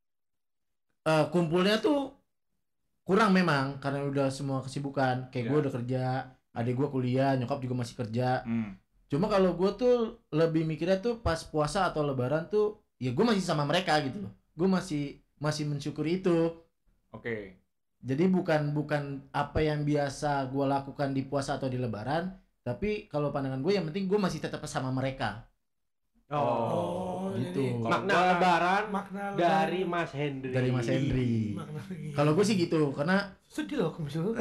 Kumpulnya tuh kurang memang karena udah semua kesibukan. Kayak gue udah kerja, adik gue kuliah, nyokap juga masih kerja. Cuma kalau gue tuh lebih mikirnya tuh pas puasa atau lebaran tuh, ya gue masih sama mereka gitu loh. Gue masih mensyukuri itu. Oke. Jadi bukan apa yang biasa gue lakukan di puasa atau di lebaran, tapi kalau pandangan gue yang penting gue masih tetap sama mereka. Oh, gitu. jadi Makna lebaran makna dari Mas Hendri. Dari Mas Hendri. makna Kalau gue sih gitu, karena sedih loh aku misalnya.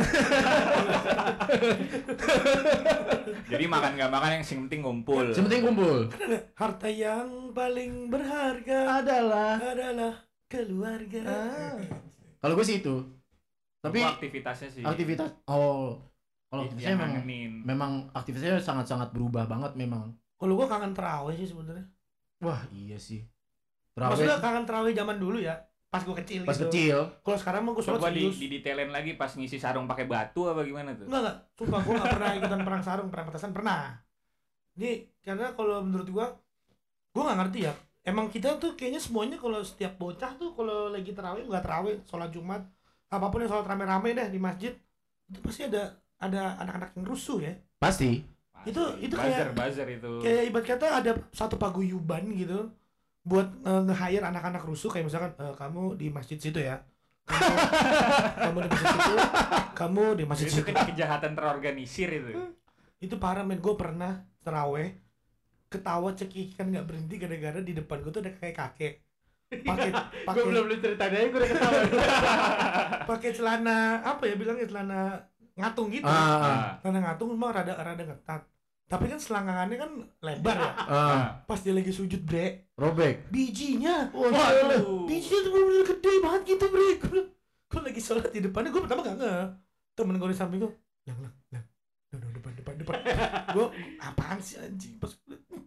Jadi makan nggak makan yang penting ngumpul. yang penting kumpul. Harta yang paling berharga Adalah keluarga. Kalau gue sih itu. Tapi Gua aktivitasnya sih. aktivitas kalau aktivitasnya yang ngangenin. memang aktivitasnya sangat-sangat berubah banget memang. Kalau gua kangen terawih sih sebenarnya. Wah, iya sih. Maksudnya kangen terawih zaman dulu ya, pas gua kecil pas gitu. kecil. Kalau sekarang mah gua sholat Coba serius. didetailin lagi pas ngisi sarung pakai batu apa gimana tuh? Enggak. Sumpah gua enggak pernah ikutan perang sarung, perang petasan pernah. Ini karena kalau menurut gua enggak ngerti ya. Emang kita tuh kayaknya semuanya kalau setiap bocah tuh kalau lagi terawih, enggak terawih, sholat Jumat, apapun yang sholat rame-rame deh di masjid, itu pasti ada anak-anak yang rusuh ya. Pasti. Itu buzzer itu. Kayak ibarat kata ada satu paguyuban gitu buat nge-hire anak-anak rusuh, kayak misalkan kamu di masjid situ ya. Kamu di masjid situ, kamu di masjid Itu situ. kejahatan terorganisir itu. Itu parah men, gue pernah terawih ketawa cekikikan nggak berhenti gara-gara di depan gue tuh ada kakek pakai Gue belum ceritanya gue udah ketawa. pakai celana apa ya bilangnya, celana ngatung gitu. Celana ngatung memang rada ngetat. Tapi kan selangkangannya kan lebar ya. Pas dia lagi sujud bre, Robek. bijinya, Waduh. bijinya tuh bener-bener gede banget gitu bre. Gue lagi sholat di depannya, gue pertama gak nge. Temen gue di samping gue, lang, depan. Gue apaan sih anjing? Pas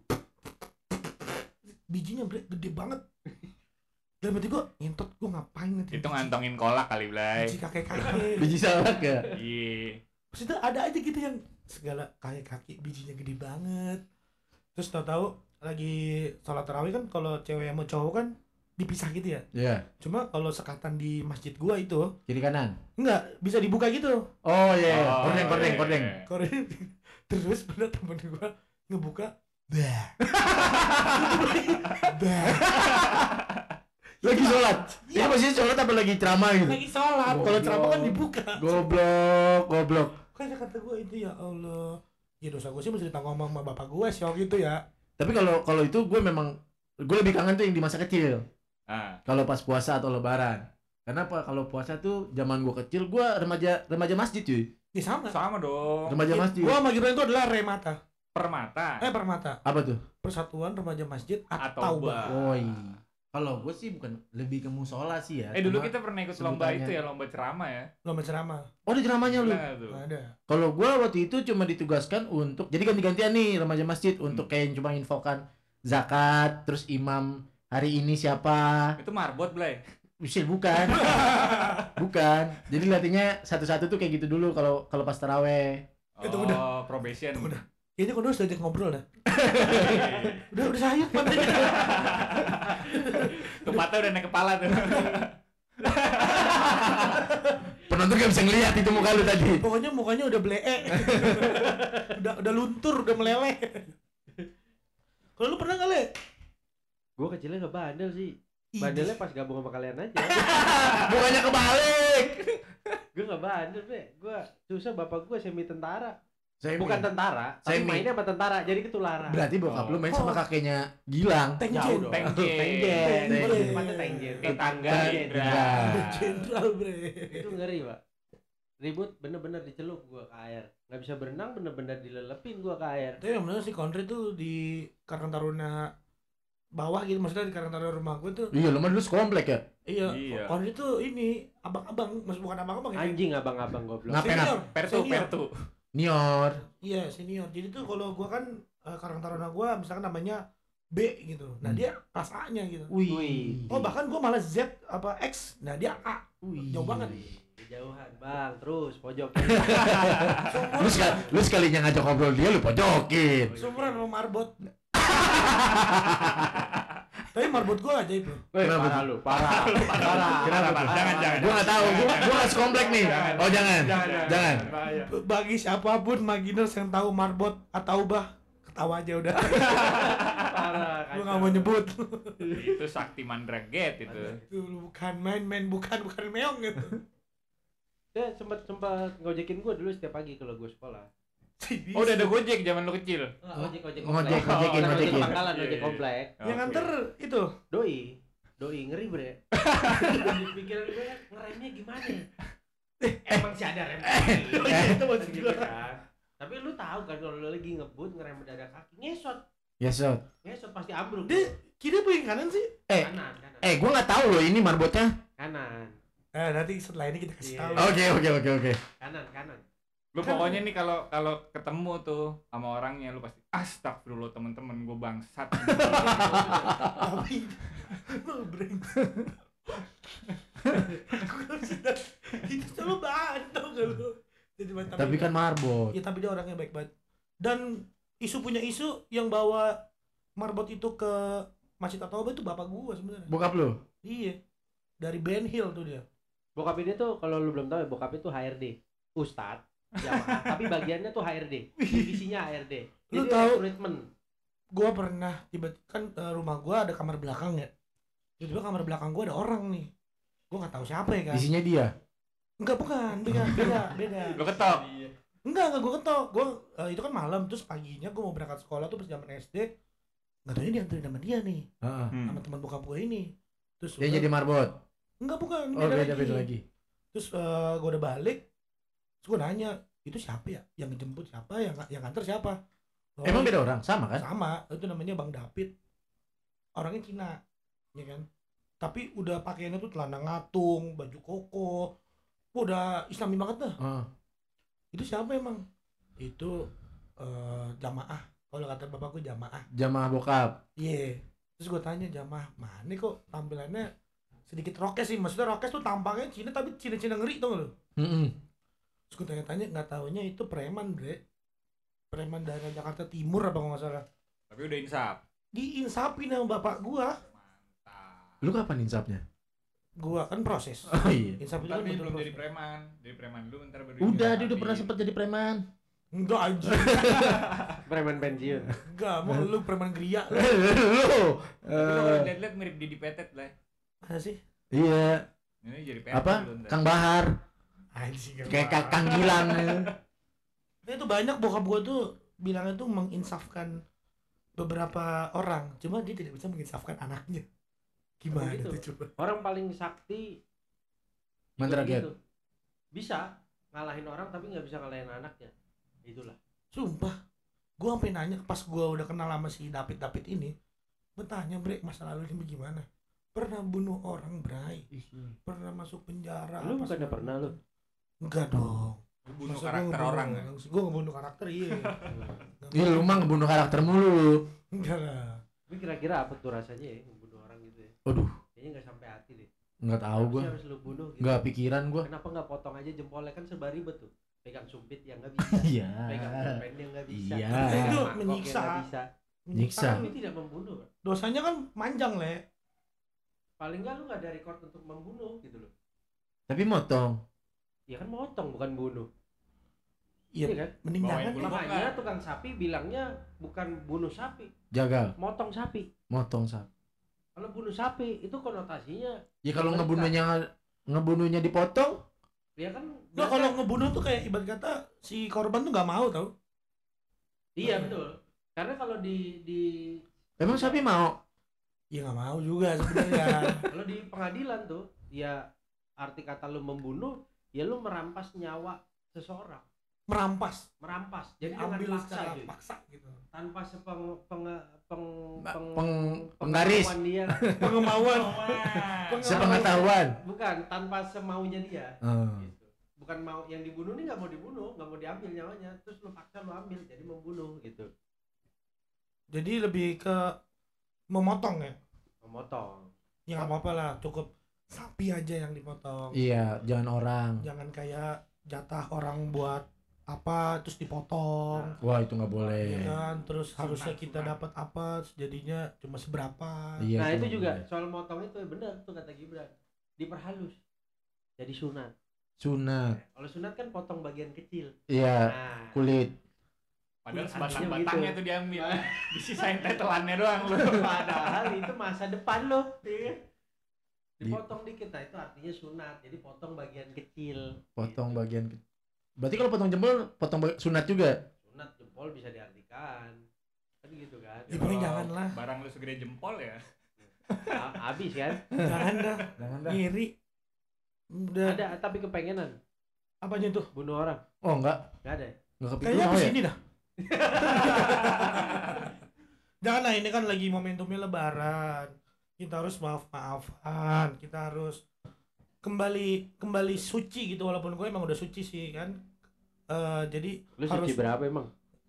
bijinya bre gede banget. Dan berarti gue ngentot, gue ngapain nanti? Itu ngantongin kolak kali, Blay. Biji kakek. Biji salak ya. Iya. Terus itu ada aja gitu yang segala kayak kaki bijinya gede banget. Terus tahu-tahu lagi sholat tarawih kan kalau cewek sama cowok kan dipisah gitu ya. Iya. Cuma kalau sekatan di masjid gua itu Kiri kanan. enggak bisa dibuka gitu. Oh iya. Oh, Kordeng. iya. Korea. Terus bener temen gua ngebuka bah. Bah. Lagi sholat. Ini posisi sholat apa lagi ceramah gitu? Lagi sholat. Kalau ceramah kan dibuka. Goblok. Kan kata gue itu ya Allah. Ya dosa gue sih mesti ditanggung sama bapak gue sih waktu itu ya. Tapi kalau itu gue memang gue lebih kangen tuh yang di masa kecil. Kalau pas puasa atau lebaran. Kenapa? Kalau puasa tuh zaman gue kecil gue remaja masjid cuy. Ya sama. Sama dong. Remaja masjid. Gue sama Gibran itu adalah Remata. Permata. Permata. Apa tuh? Persatuan Remaja Masjid Atau At-Taubah. Woi. Kalau gue sih bukan lebih ke musola sih ya. Dulu Cuma kita pernah ikut lomba sebutannya. itu ya, lomba ceramah ya. Lomba ceramah. Oh di ceramahnya lu. Gila tuh. Ada. Kalau gue waktu itu cuma ditugaskan untuk jadi ganti-gantian nih remaja masjid untuk kayak cuma infokan zakat, terus imam hari ini siapa. Itu marbot, Blay. Misil bukan. Bukan. Jadi latihnya satu-satu tuh kayak gitu dulu kalau pas taraweh. Itu Oh, udah. probation. Itu udah. Kayaknya kalau sudah ajak ngobrol dah. udah sayang matanya. Tempatnya udah naik kepala tuh. Penonton gak bisa ngeliat itu muka lu tadi. Pokoknya mukanya udah blee. udah luntur, udah meleleh. Kalau lu pernah nggak, Le? Gue kecilnya nggak bandel sih. Bandelnya pas gabung sama kalian aja. Bukannya kebalik. Gue nggak bandel, Be. Gue susah, bapak gue semi tentara. Semi. Bukan tentara, tapi Semi. mainnya sama tentara, jadi ketularan. Berarti bokap lu main sama kakeknya Gilang. Tengjen. dong. Tengjen. Tengjen. Tengjen. Tempatnya Tengjen. Tetangga Tengjen. Udah jenderal, bre. Itu ngeri, Pak. Ribut bener-bener dicelup gua ke air. Nggak bisa berenang, bener-bener dilelepin gua ke air. Tapi yang bener sih Kondre tuh di Karang Taruna bawah gitu, maksudnya di Karang Taruna rumah gue tuh. Iya, lu mah dulu sekomplek ya. Iya. Kondre tuh ini abang-abang, maksud bukan abang-abang ya. Anjing abang-abang goblok. Ngapain? Senior. Pertu. Nior. Iya, senior. Jadi tuh kalau gua kan Karang Taruna gua misalkan namanya B gitu. Nah, dia kelas A-nya gitu. Wih. Oh, bahkan gua malah Z apa X. Nah, dia A. Wih. Jauh banget. Kejauhan, Bang. Terus pojok. Lu sekalinya ngajak ngobrol dia lu pojokin. Sumuran sama Marbot. Tapi Marbot gua ajaib loh. Woi, Kenapa parah tuh? lu, parah. Kenapa? Jangan. Gua enggak tahu, gua enggak sekomplek nih. Oh, jangan. Jangan. Bahaya. Bagi siapapun Maginers yang tahu Marbot atau Bah, ketawa aja udah. Parah. Gua enggak mau nyebut. Itu Sakti Mandraget itu. Itu lu bukan main bukan meong gitu. Dia sempat ngojekin gua dulu setiap pagi kalau gua sekolah. Oh, udah ada Gojek zaman lu kecil. Ojek Ngojekin. ojek pangkalan, ojek komplek. Yang nganter itu. Doi ngeri, Bre. Di pikiran gue ngeremnya gimana ya? Emang sih ada rem Itu maksud gitu gua. kan. Tapi lu tahu kan kalau lu lagi ngebut ngerem mendadak kaki ngesot Yes, so. pasti ambruk. Dia kiri apa yang kanan sih? Kanan. Gua enggak tahu loh ini marbotnya. Kanan. Nanti setelah ini kita kasih Iya. tahu. Oke. Kanan. Lu pokoknya nih kalau ketemu tuh sama orangnya lu pasti astagfirullah teman-teman gue bangsat. Tapi brengsek. Itu selalu bantu kalau. Tapi kan marbot. Ya tapi dia orangnya baik banget. Dan punya isu yang bawa Marbot itu ke Masjid At-Taubah itu bapak gua sebenarnya. Bokap lu. Iya. Dari Ben Hill tuh dia. Bokap ini tuh kalau lu belum tahu ya, bokap itu HRD, Ustadz. Jamaah, tapi bagiannya tuh HRD, divisinya HRD. Lu Jadi tahu- recruitment. Gua pernah kan rumah gua ada kamar belakang ya. Tiba-tiba kamar belakang gua ada orang nih. Gua nggak tahu siapa ya kan. Isinya dia. Enggak bukan, beda. Lu ketok. Enggak gua ketok. Gua itu kan malam, terus paginya gua mau berangkat sekolah tuh pas zaman SD. Enggak tahu dianterin sama dia nih, Heeh. sama teman bokap gua ini. Terus Dia udah- jadi marbot. enggak bukan, Oh, beda lagi. Terus gua udah balik. Terus gua nanya, itu siapa ya? Yang ngejemput siapa? Yang nganter siapa? Oh, Emang beda orang, sama kan? sama, itu namanya Bang David. Orangnya Cina, ya kan? Tapi udah pakaiannya tuh celana ngatung, baju koko. Wah, udah Islami banget dah. Heeh. Itu siapa emang? Itu jamaah. Kalau kata bapakku jamaah. Jamaah bokap. Iya. Terus gue tanya jamaah mana kok tampilannya sedikit rokes sih. Maksudnya rokes tuh tampangnya Cina tapi Cina-Cina ngeri tau gak lu? Heeh. Terus gue tanya-tanya nggak taunya itu preman, bre. Preman daerah Jakarta Timur apa kalau nggak salah. Tapi udah insaf. Diinsapin sama bapak gua. Mantap. Lu kapan insapnya? Gua kan proses. Oh iya. Insap itu kan Tapi betul belum proses. jadi preman. Jadi preman dulu ntar baru. Udah, dia jadi udah pernah Nabi. sempat jadi preman. Enggak anjir. Preman pensiun. Enggak, mau lu preman geria. Lu. Tapi kalau lihat-lihat mirip Didi Petet lah. Mana sih? Iya. Ini jadi Apa? dulu ntar. Kang Bahar. Anjing. Kayak Kang Gilang. Nah, itu banyak bokap gua tuh bilangnya tuh menginsafkan beberapa orang, cuma dia tidak bisa menginsafkan anaknya. Gimana Gitu. tuh coba? Orang paling sakti juga Mandraget. gitu. Bisa ngalahin orang tapi nggak bisa ngalahin anaknya. Itulah. Sumpah, gua sampai nanya pas gua udah kenal sama si David ini, gua tanya, Bre, masa lalunya bagaimana? Pernah bunuh orang, Bray? Pernah masuk penjara? Lu apa bukannya segala pernah, lu? macam? Enggak dong. Lu bunuh Masa gua karakter ngebunuh orang. Gua ngebunuh karakter, iya. Iya lu mah ngebunuh karakter mulu. Enggak lah. Tapi kira-kira apa tuh rasanya ya membunuh orang gitu ya? Waduh, Kayaknya nggak sampai hati deh. nggak tahu Kenapa gua. sih harus lu bunuh gitu? Nggak pikiran gua. Kenapa nggak potong aja jempolnya, kan serba ribet tuh. Pegang sumpit yang nggak bisa. Iya. Pegang pulpen yang nggak bisa. Iya. Itu Pegang mangkok menyiksa. yang nggak bisa. Nyiksa. Tapi tidak membunuh. Bro. Dosanya kan panjang, Le. Paling nggak lu nggak ada record untuk membunuh gitu loh. Tapi motong. Ya kan motong bukan bunuh. Iya, Iya kan? mending Bawain jangan. pulang. Deh. Makanya tukang sapi bilangnya bukan bunuh sapi, Jagal. motong sapi. Motong sapi. Kalau bunuh sapi itu konotasinya Ya kalau Mereka. ngebunuhnya dipotong, ya kan Nah, biasa- kalau ngebunuh tuh kayak ibarat kata si korban tuh nggak mau tau. iya betul. Karena kalau di emang sapi mau? Ya nggak mau juga sebenarnya. kalau di pengadilan tuh ya arti kata lu membunuh ya lu merampas nyawa seseorang, Merampas, jadi ambil dengan secara paksa cuy. paksa gitu. Tanpa Penggaris. pengetahuan dia. Pengemauan. Sepengetahuan. Bukan tanpa semaunya dia. Hmm. Gitu. Bukan mau yang dibunuh nih nggak mau dibunuh, nggak mau diambil nyawanya, terus lu paksa lu ambil jadi membunuh gitu. Jadi lebih ke memotong ya. Memotong. Ya nggak apa-apa lah, cukup sapi aja yang dipotong. Iya, jangan orang. Jangan kayak jatah orang buat apa terus dipotong. Wah, itu nggak Ya boleh. kan, terus harusnya Sunat, kita sunat. dapat apa, terus jadinya cuma seberapa. Iya, Nah itu nggak juga boleh. soal motong itu benar tuh kata Gibran, diperhalus jadi sunat. Sunat. Kalau sunat kan potong bagian kecil. Iya, Nah, kulit. Padahal Artinya sebatang-batangnya gitu. tuh diambil. Disisain tetelannya doang lu. padahal itu masa depan loh. Iya. Dipotong dikit, nah itu artinya sunat. Jadi potong bagian kecil. Potong Gitu. bagian. Berarti kalau potong jempol, sunat juga. Sunat jempol bisa diartikan. Kan gitu kan. Ya, pokoknya jangan lah. Barang lu segede jempol ya. Habis kan? Jangan dah, Jangan ngiri. Udah. Ada tapi kepengenan Apanya tuh? bunuh orang. Oh, enggak. Enggak ada. Enggak kepikiran Kayaknya mau abis ya? ini dah. Jangan lah, ini kan lagi momentumnya lebaran. Kita harus maaf-maafan. Kita harus kembali suci gitu, walaupun gue emang udah suci sih kan. Jadi Lu harus suci berapa emang?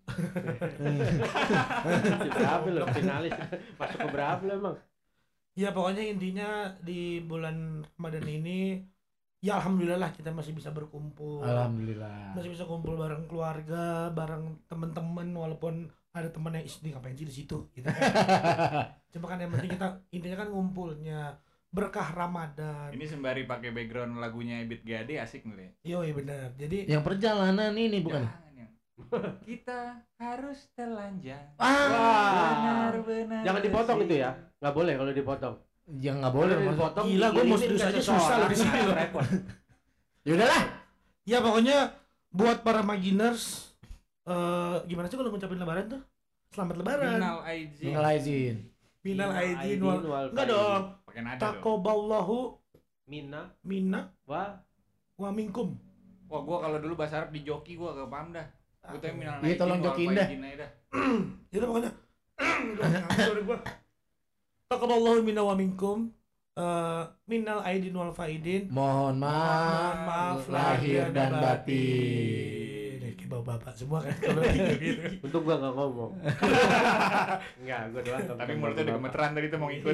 Suci berapa lu finalis? Masuk ke berapa lu emang? ya pokoknya intinya di bulan Ramadan ini ya alhamdulillah lah kita masih bisa berkumpul. Alhamdulillah. Masih bisa kumpul bareng keluarga, bareng temen-temen, walaupun ada temen yang istri ngapain sih di situ gitu kan. Cuma kan yang penting kita intinya kan ngumpulnya berkah Ramadan. Ini sembari pakai background lagunya Ebit Gade asik nih. Yoi benar. Jadi Yang perjalanan ini bukan. Jangan yang kita harus telanjang. Wah. Jangan dipotong itu ya. Nggak boleh kalau dipotong. Ya nggak boleh. Kalau maksud- dipotong, Gila, gua mau dikirimin serius ke aja susah seseorang. loh di sini loh. Repot. Ya udahlah. ya pokoknya buat para maginers gimana sih kalau ngucapin lebaran tuh? Selamat lebaran. Minal aizin. Minal aizin. Minal aidin Aidin wal wal enggak faizin. dong. Pakai nada dong. Takoballahu Minna minna wa wa minkum. Wah, gua kalau dulu bahasa Arab di joki gua ke paham dah. Gua tuh yang minal Iya, tolong wal jokiin dah. faizin aja dah. Jadi pokoknya sorry gua. Taqabbalallahu minna wa minkum. Minal aidin wal faidin. Mohon maaf lahir dan batin. Kayak bapak-bapak semua kan kalau gitu. Untung gua nggak ngomong. Enggak, gua doang. Tapi mulutnya udah gemeteran tadi tuh mau ikut.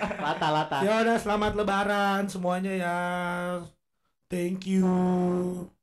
Lata. Ya udah selamat lebaran semuanya ya. Thank you.